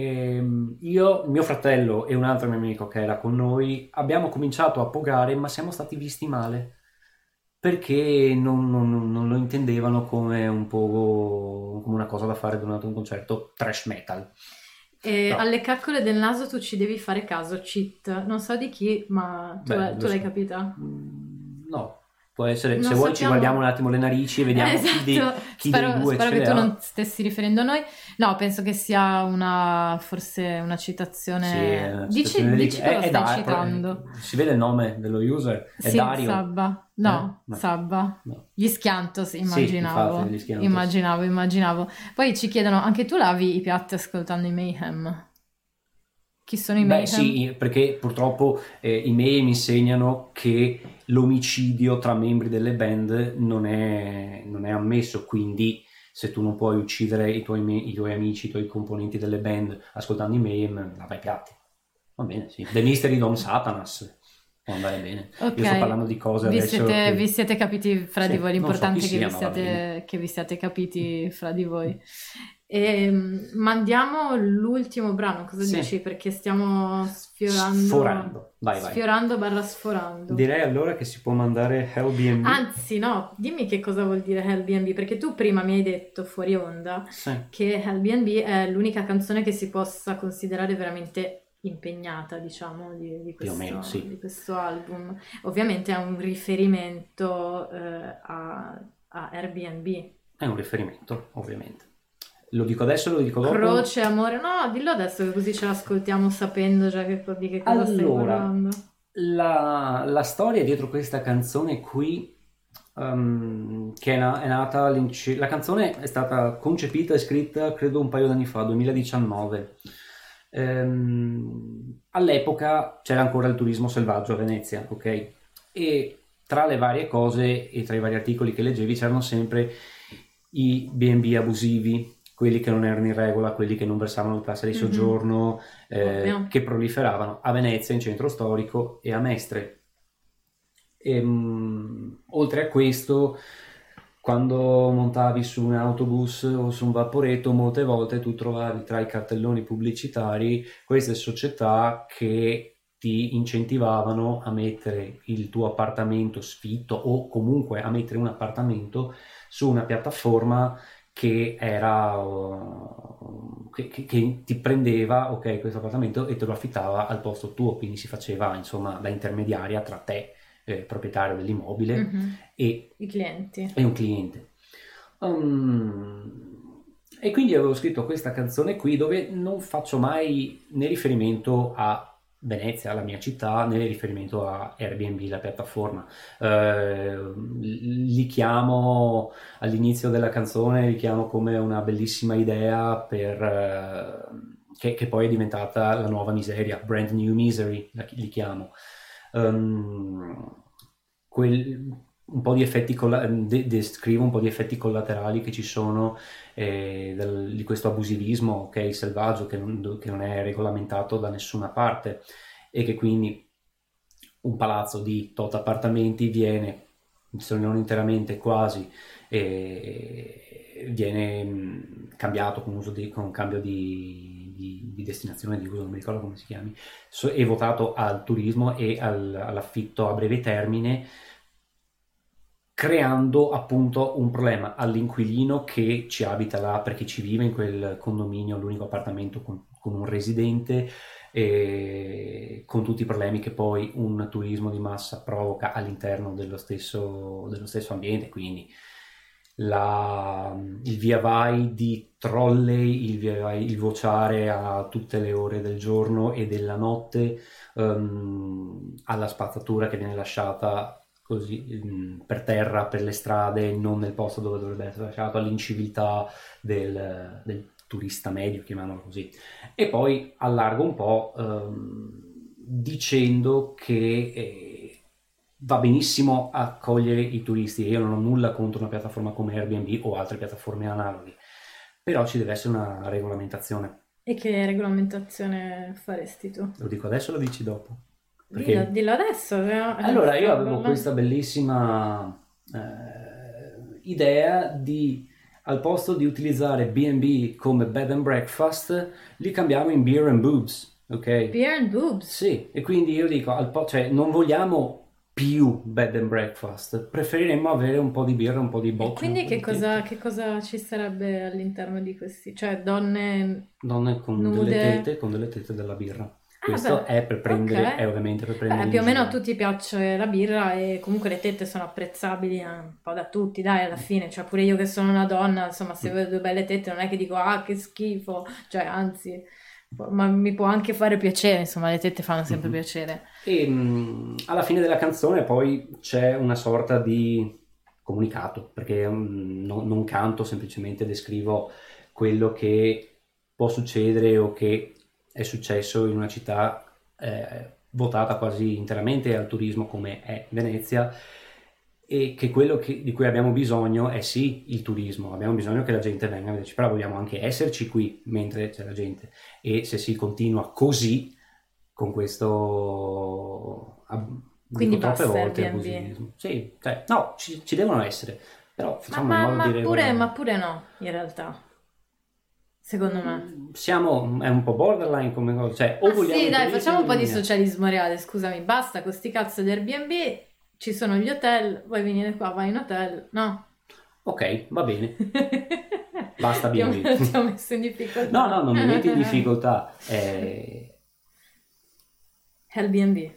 io, mio fratello e un altro mio amico che era con noi abbiamo cominciato a pogare, ma siamo stati visti male perché non lo intendevano come un pogo, come una cosa da fare durante un concerto trash metal. No. Alle caccole del naso tu ci devi fare caso, cheat. Non so di chi, ma tu l'hai capita? No, può essere. Non se vuoi sappiamo. ci guardiamo un attimo le narici e vediamo chi dei due spero ce che le tu ha. non stessi riferendo a noi. No, penso che sia forse una citazione. Dici cosa stai citando. Si vede il nome dello user, è sì, Dario. Sabba. No, Sabba. No. Gli Schiantos, immaginavo. Sì, infatti, gli Schiantos. Immaginavo. Poi ci chiedono, anche tu lavi i piatti ascoltando i Mayhem? Chi sono i Mayhem? Sì, perché purtroppo i Mayhem insegnano che l'omicidio tra membri delle band non è ammesso, quindi se tu non puoi uccidere i tuoi amici, i tuoi componenti delle band ascoltando i Mayhem, lava i piatti. Va bene, sì. The Mystery Dom Satanas può andare bene. Okay. Io sto parlando di cose vi siete capiti fra di voi, l'importante è che vi siate capiti fra di voi. Mandiamo l'ultimo brano, cosa dici? Perché stiamo sfiorando. Vai. Sfiorando/sforando. Direi allora che si può mandare Hellbnb. Anzi no, dimmi che cosa vuol dire Hellbnb, perché tu prima mi hai detto fuori onda che Hellbnb è l'unica canzone che si possa considerare veramente impegnata, diciamo, di questo album. Ovviamente è un riferimento a Airbnb. È un riferimento, ovviamente. Lo dico adesso o lo dico dopo? Croce, amore, no, dillo adesso che così ce l'ascoltiamo sapendo già di che cosa stai parlando. La storia dietro questa canzone qui, che è nata la canzone è stata concepita e scritta credo un paio d'anni fa, 2019. All'epoca c'era ancora il turismo selvaggio a Venezia, ok? E tra le varie cose e tra i vari articoli che leggevi c'erano sempre i B&B abusivi, quelli che non erano in regola, quelli che non versavano il pass di soggiorno, che proliferavano a Venezia, in centro storico e a Mestre. Oltre a questo, quando montavi su un autobus o su un vaporetto, molte volte tu trovavi tra i cartelloni pubblicitari queste società che ti incentivavano a mettere il tuo appartamento sfitto o comunque a mettere un appartamento su una piattaforma che era che ti prendeva, ok, questo appartamento e te lo affittava al posto tuo, quindi si faceva insomma da intermediaria tra te, proprietario dell'immobile, Mhm. e I clienti. un cliente. E quindi avevo scritto questa canzone qui dove non faccio mai né riferimento a Venezia, la mia città, né riferimento a Airbnb, la piattaforma. Li chiamo all'inizio della canzone, li chiamo come una bellissima idea che poi è diventata la nuova miseria, brand new misery, li chiamo. Un po' di effetti descrivo un po' di effetti collaterali che ci sono di questo abusivismo che è selvaggio, che non è regolamentato da nessuna parte, e che quindi un palazzo di tot appartamenti viene, se non interamente quasi, viene cambiato con cambio di destinazione di uso, non mi ricordo come si chiami, è votato al turismo e all'affitto a breve termine, creando appunto un problema all'inquilino che ci abita là perché ci vive in quel condominio, l'unico appartamento con un residente, con tutti i problemi che poi un turismo di massa provoca all'interno dello stesso ambiente, quindi il via vai di trolley, il vociare a tutte le ore del giorno e della notte, alla spazzatura che viene lasciata così per terra, per le strade, non nel posto dove dovrebbe essere lasciato, all'inciviltà del turista medio, chiamiamolo così. E poi allargo un po' dicendo che va benissimo accogliere i turisti, io non ho nulla contro una piattaforma come Airbnb o altre piattaforme analoghe, però ci deve essere una regolamentazione. E che regolamentazione faresti tu? Lo dico adesso o lo dici dopo? Dillo adesso. Allora, io avevo questa bellissima idea di, al posto di utilizzare B&B come bed and breakfast, li cambiamo in beer and boobs, ok? Beer and boobs? Sì, e quindi io dico, cioè non vogliamo più bed and breakfast, preferiremmo avere un po' di birra, un po' di E botto. quindi che cosa ci sarebbe all'interno di questi? Cioè donne con nude? delle tette della birra. Questo beh, è per prendere, ok. è ovviamente per prendere Più o in meno a giro. tutti piace la birra e comunque le tette sono apprezzabili un po' da tutti, dai, alla fine, cioè pure io che sono una donna, insomma, se vedo due belle tette non è che dico ah che schifo, cioè anzi, ma mi può anche fare piacere, insomma, le tette fanno sempre piacere. E alla fine della canzone poi c'è una sorta di comunicato, perché non canto, semplicemente descrivo quello che può succedere o che è successo in una città votata quasi interamente al turismo come è Venezia, e che quello di cui abbiamo bisogno è sì il turismo, abbiamo bisogno che la gente venga a vederci, però vogliamo anche esserci qui mentre c'è la gente, e se si continua così con questo Quindi dico troppe basta volte Airbnb. abusivismo, sì, cioè, no, ci devono essere, però facciamo in modo Ma di regolare. pure no, in realtà, secondo me. È un po' borderline come cosa, cioè o vogliamo Sì, i dai, turisti facciamo un po' di o niente. socialismo reale, scusami, basta con sti cazzo di Airbnb, ci sono gli hotel, vuoi venire qua, vai in hotel, no? Ok, va bene. Basta Ti ho B&B. ti ho messo in difficoltà. No, non mi metti in difficoltà. Airbnb.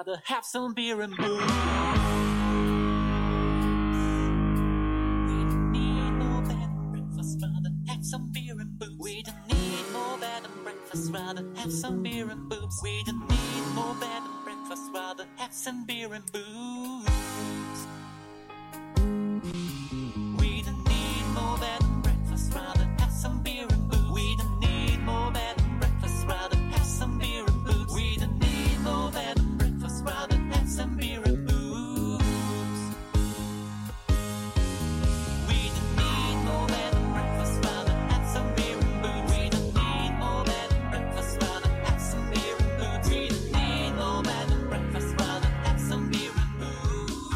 rather have some beer and booze. We don't need no bed and breakfast, rather have some beer and booze. We don't need no bed and breakfast, rather have some beer and booze. We don't need no bed and breakfast, rather have some beer and booze. We don't need no bed and breakfast, rather have some beer and booze. We don't need no bed and breakfast, rather have some beer and booze. We don't need no bed and breakfast, rather have some beer and booze. We don't need no bed and breakfast, rather have some beer and booze. We don't need no bed and breakfast, rather have some beer and booze. We don't need no bed and breakfast, rather have some beer and booze.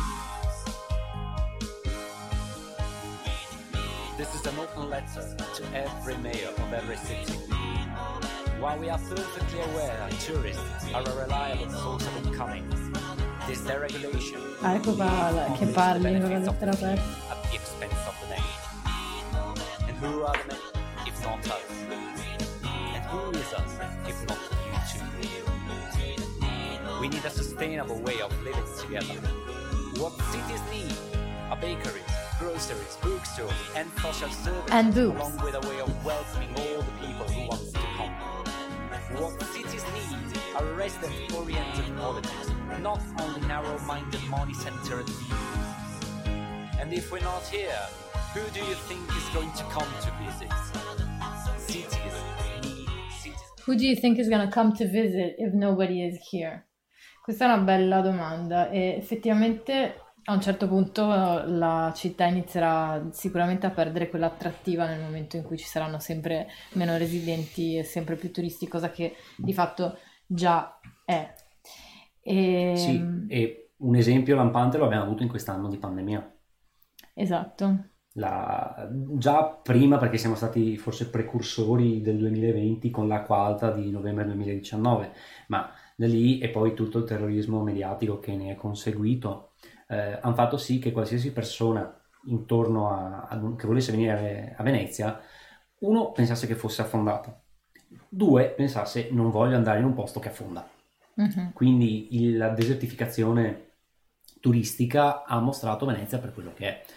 This is an open letter to every mayor of every city. While we are perfectly aware tourists are a reliable source of income, this deregulation Ecco che parli con la lettera aperta. at the expense of the many. And who are the many, if not us? And who is us, if not you two? We need a sustainable way of living together. What cities need are bakeries, groceries, bookstores, and social services, And boobs. along with a way of welcoming all the people who want to come. What cities need are resident-oriented politics, not only narrow-minded money-centered views. And if we're not here, who do you think is going to come to visit? Cities need cities. Who do you think is gonna come to visit if nobody is here? Questa è una bella domanda e effettivamente a un certo punto la città inizierà sicuramente a perdere quell'attrattiva nel momento in cui ci saranno sempre meno residenti e sempre più turisti, cosa che di fatto già è. Sì, e un esempio lampante lo abbiamo avuto in quest'anno di pandemia. Esatto. Già prima, perché siamo stati forse precursori del 2020 con l'acqua alta di novembre 2019, ma da lì e poi tutto il terrorismo mediatico che ne è conseguito hanno fatto sì che qualsiasi persona intorno che volesse venire a Venezia, uno, pensasse che fosse affondata, due, pensasse non voglio andare in un posto che affonda. Quindi la desertificazione turistica ha mostrato Venezia per quello che è.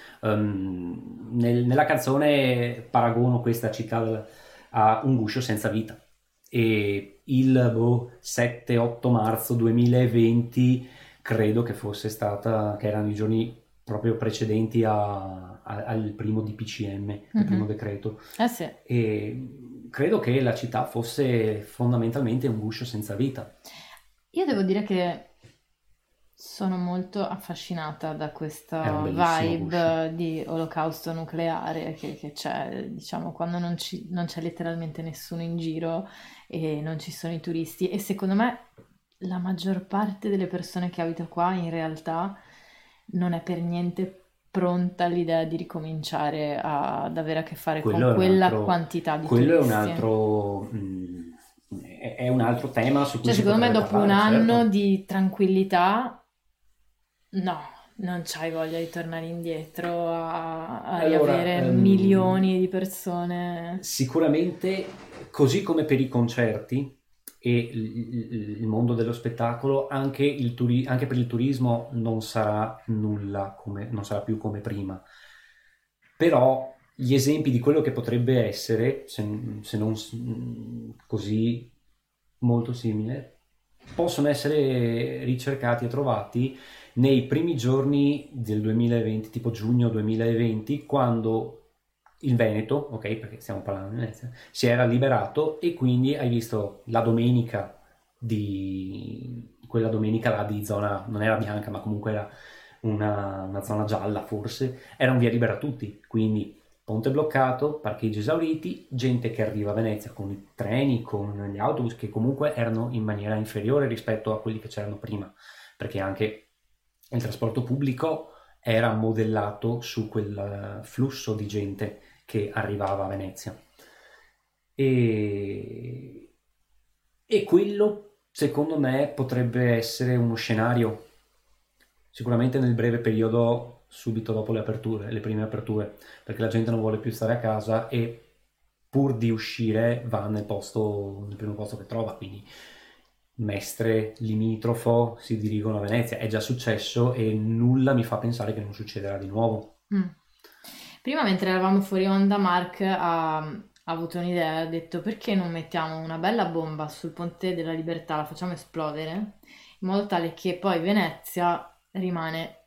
Nella canzone paragono questa città a un guscio senza vita, e il 7-8 marzo 2020 credo che fosse che erano i giorni proprio precedenti al primo DPCM, il primo decreto, Sì. e credo che la città fosse fondamentalmente un guscio senza vita. Io devo dire che sono molto affascinata da Era questa un bellissimo vibe di olocausto nucleare che c'è, diciamo, quando non c'è letteralmente nessuno in giro e non ci sono i turisti, e secondo me la maggior parte delle persone che abita qua in realtà non è per niente pronta all'idea di ricominciare ad avere a che fare con quella quantità di quello turisti. è un altro tema su cui Cioè, si secondo me potrebbe dopo un parlare, anno certo. di tranquillità, no, non c'hai voglia di tornare indietro a Allora, riavere milioni di persone. Sicuramente, così come per i concerti e il mondo dello spettacolo, anche per il turismo non sarà non sarà più come prima. Però gli esempi di quello che potrebbe essere, se non così molto simile, possono essere ricercati e trovati nei primi giorni del 2020, tipo giugno 2020, quando il Veneto, ok, perché stiamo parlando di Venezia, si era liberato, e quindi hai visto la domenica quella domenica là di zona, non era bianca, ma comunque era una zona gialla forse, era un via libera a tutti, quindi ponte bloccato, parcheggi esauriti, gente che arriva a Venezia con i treni, con gli autobus che comunque erano in maniera inferiore rispetto a quelli che c'erano prima, perché anche il trasporto pubblico era modellato su quel flusso di gente che arrivava a Venezia. E quello, secondo me, potrebbe essere uno scenario, sicuramente nel breve periodo, subito dopo le prime aperture, perché la gente non vuole più stare a casa e pur di uscire va nel primo posto che trova, quindi Mestre limitrofo si dirigono a Venezia. È già successo e nulla mi fa pensare che non succederà di nuovo. Prima, mentre eravamo fuori onda, Mark ha avuto un'idea, ha detto: perché non mettiamo una bella bomba sul Ponte della Libertà, la facciamo esplodere, in modo tale che poi Venezia rimane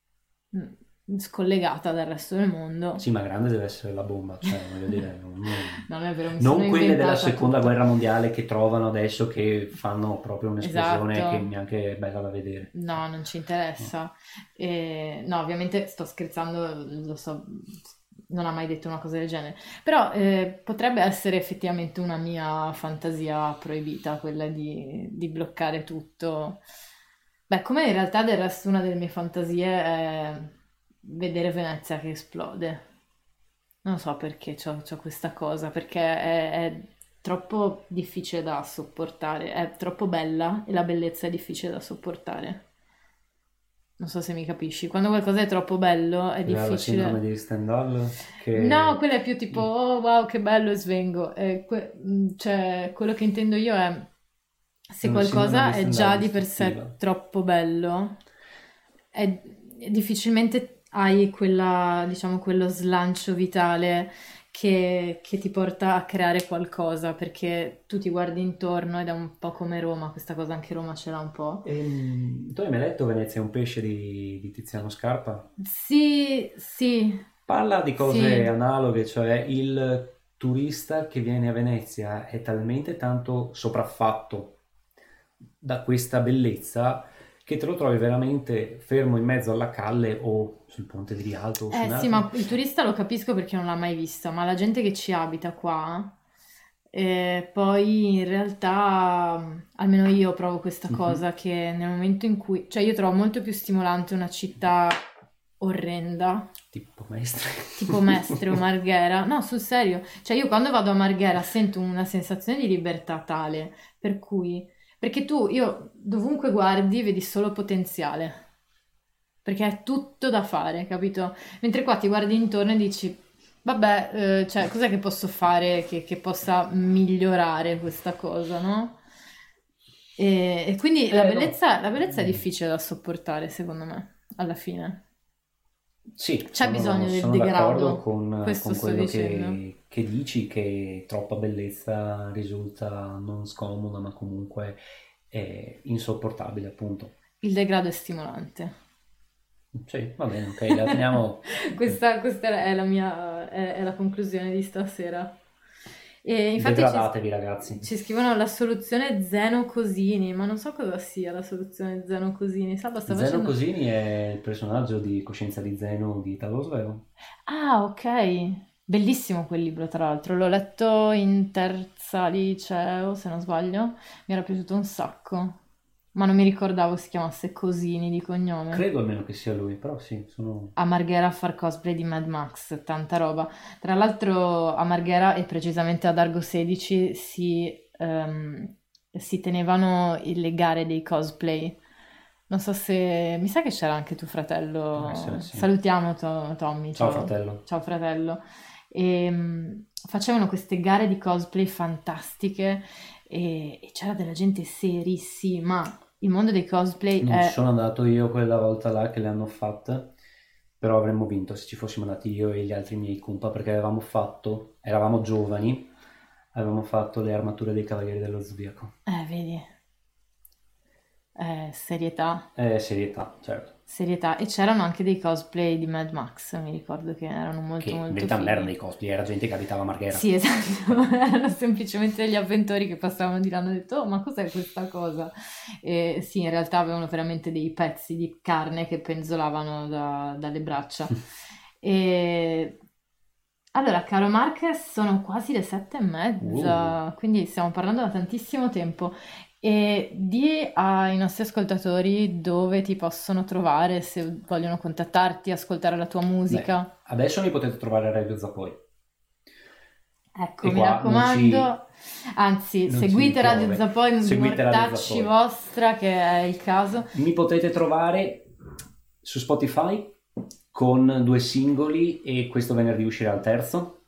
scollegata dal resto del mondo. Sì, ma grande deve essere la bomba, cioè voglio dire, Non è vero, mi sono non quelle della inventata seconda tutto. guerra mondiale che trovano adesso, che fanno proprio un'esplosione Esatto. che neanche è bella da vedere. No, non ci interessa. No, ovviamente sto scherzando, lo so, non ha mai detto una cosa del genere. Però potrebbe essere effettivamente una mia fantasia proibita, quella di bloccare tutto. Beh, come in realtà del resto una delle mie fantasie è vedere Venezia che esplode. Non so perché c'ho questa cosa, perché è troppo difficile da sopportare, è troppo bella e la bellezza è difficile da sopportare. Non so se mi capisci. Quando qualcosa è troppo bello è La sindrome difficile. di Stendhal che... No, quella è più tipo, oh wow, che bello e svengo. Cioè, quello che intendo io è, se Una qualcosa sindrome di è già Stendhal di per sé distruttiva. troppo bello, difficilmente hai quella, diciamo, quello slancio vitale che ti porta a creare qualcosa, perché tu ti guardi intorno ed è un po' come Roma, questa cosa anche Roma ce l'ha un po'. Tu hai mai letto Venezia è un pesce di Tiziano Scarpa? Sì, sì, Parla di cose sì. analoghe, cioè il turista che viene a Venezia è talmente tanto sopraffatto da questa bellezza che te lo trovi veramente fermo in mezzo alla calle o sul ponte di Rialto o su un Sì, altro. ma il turista lo capisco perché non l'ha mai vista, ma la gente che ci abita qua, poi in realtà, almeno io provo questa cosa, che nel momento in cui, cioè io trovo molto più stimolante una città orrenda, Tipo Mestre. tipo Mestre o Marghera. No, sul serio, cioè io quando vado a Marghera sento una sensazione di libertà tale, per cui, perché io dovunque guardi vedi solo potenziale. Perché è tutto da fare, capito? Mentre qua ti guardi intorno e dici, vabbè, cioè, cos'è che posso fare che possa migliorare questa cosa, no? E quindi la No. bellezza è difficile da sopportare, secondo me, alla fine. Sì, C'è bisogno del sono degrado, d'accordo con questo sto quello dicendo. che dici, che troppa bellezza risulta non scomoda, ma comunque è insopportabile, appunto. Il degrado è stimolante. Sì, va bene, ok, la teniamo. Questa è la mia, è la conclusione di stasera. E infatti Degradatevi, ragazzi. ci scrivono la soluzione Zeno Cosini, ma non so cosa sia la soluzione Zeno Cosini. Saba sta Zeno facendo... Cosini è il personaggio di Coscienza di Zeno di Italo Svevo. Ah, ok. Bellissimo quel libro, tra l'altro. L'ho letto in terza liceo, se non sbaglio. Mi era piaciuto un sacco. Ma non mi ricordavo si chiamasse Cosini di cognome. Credo almeno che sia lui, però sì, sono... A Marghera a far cosplay di Mad Max, tanta roba. Tra l'altro a Marghera e precisamente ad Argo 16 si tenevano le gare dei cosplay. Non so se... Mi sa che c'era anche tuo fratello. Può essere, sì. Salutiamo Tommy. Ciao, fratello. Ciao fratello. Facevano queste gare di cosplay fantastiche e c'era della gente serissima. Il mondo dei cosplay Non è... sono andato io quella volta là che le hanno fatte, però avremmo vinto se ci fossimo andati io e gli altri miei compa, perché eravamo giovani, avevamo fatto le armature dei Cavalieri dello Zodiaco. Vedi, serietà, Serietà, certo. serietà. E c'erano anche dei cosplay di Mad Max, mi ricordo che erano molto Che in molto verità non fighi. erano dei cosplay, era gente che abitava a Marghera. Sì, esatto, erano semplicemente degli avventori che passavano di là e hanno detto, oh, ma cos'è questa cosa? E sì, in realtà avevano veramente dei pezzi di carne che penzolavano dalle braccia. E... Allora, caro Mark, sono quasi le 7:30, quindi stiamo parlando da tantissimo tempo. E di ai nostri ascoltatori dove ti possono trovare se vogliono contattarti, ascoltare la tua musica. Beh, adesso mi potete trovare a Radio Zapoi. Ecco, E mi qua raccomando. Anzi, non seguite si Radio trova. Zapoi, Seguite Radio mortacci Zapoi. vostra, che è il caso. Mi potete trovare su Spotify con 2 singoli e questo venerdì uscirà il terzo.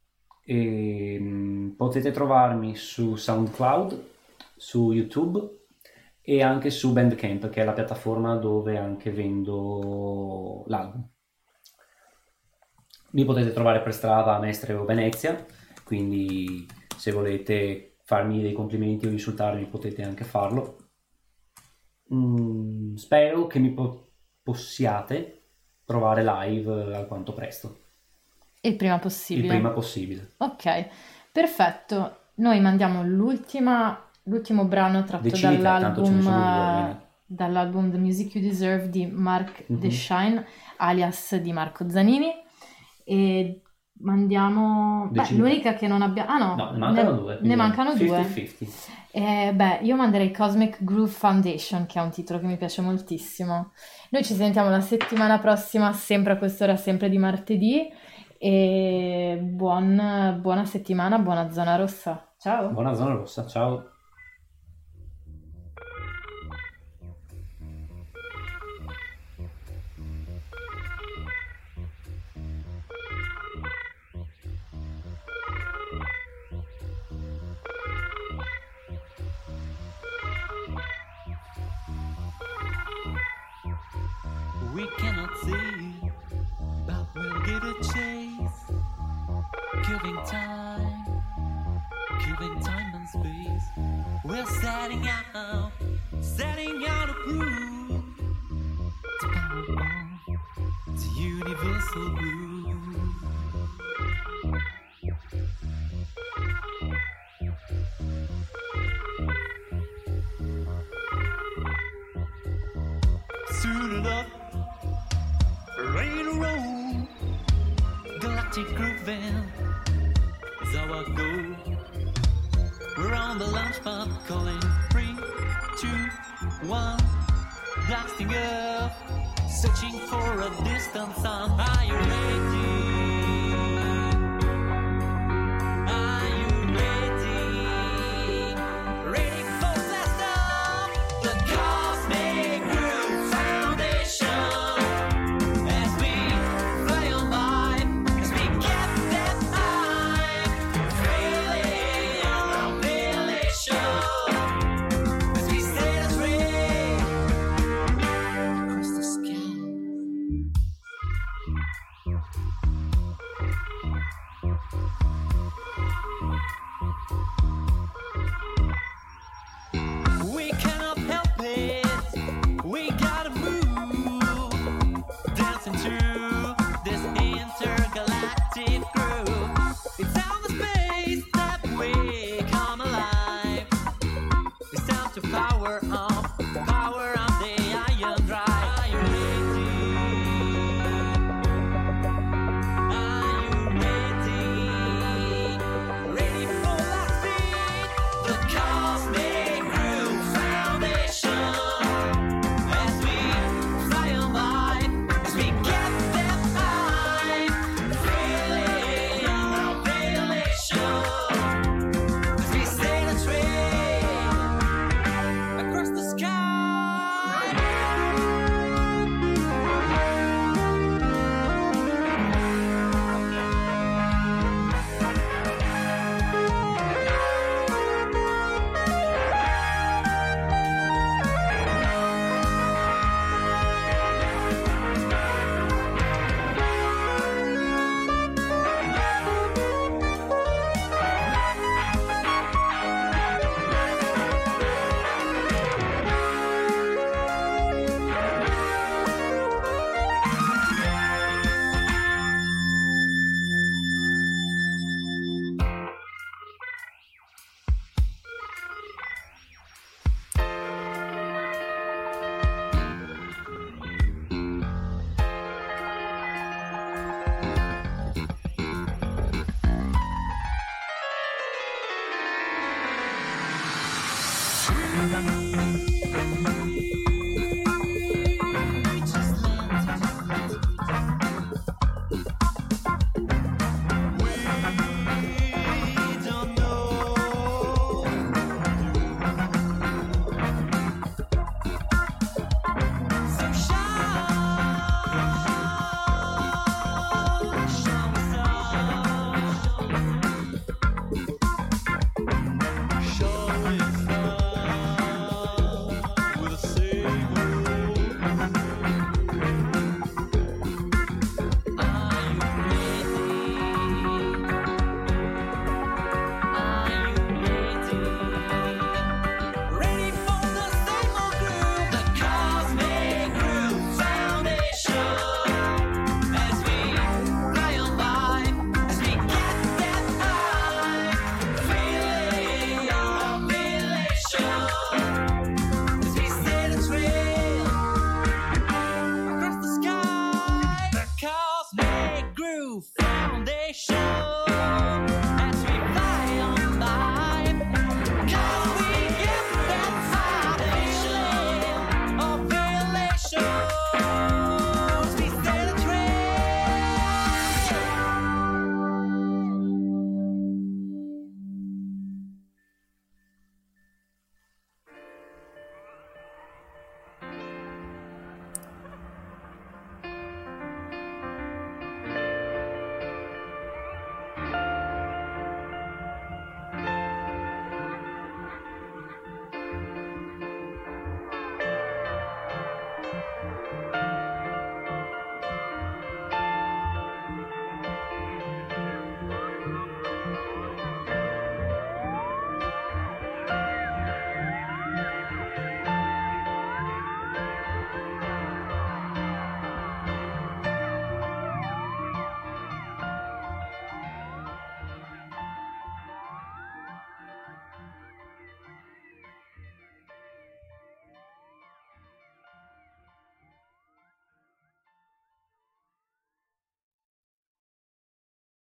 E potete trovarmi su SoundCloud, su YouTube e anche su Bandcamp, che è la piattaforma dove anche vendo l'album. Mi potete trovare per strada a Mestre o Venezia, quindi se volete farmi dei complimenti o insultarmi potete anche farlo. Spero che mi possiate trovare live alquanto presto. Il prima Il possibile. prima possibile. Ok, perfetto. Noi mandiamo l'ultimo brano tratto Decidi te, tanto ce ne sono due, dall'album The Music You Deserve di Mark Mhm. Deshain, alias di Marco Zanini. E mandiamo... Decidi l'unica che non abbiamo... Ah no, No, ne mancano due. Ne quindi mancano due. 50-50. Io manderei Cosmic Groove Foundation, che è un titolo che mi piace moltissimo. Noi ci sentiamo la settimana prossima, sempre a quest'ora, sempre di martedì. E buona settimana, buona zona rossa. Ciao! Buona zona rossa, ciao. We cannot see, but we'll give it chase. Giving time and space. We're setting out a proof to power on the universal groove. Suited up, ready to roll. Galactic grooving is our goal. We're on the launch pad calling 3, 2, 1, blasting up, searching for a distant sound. Are you ready?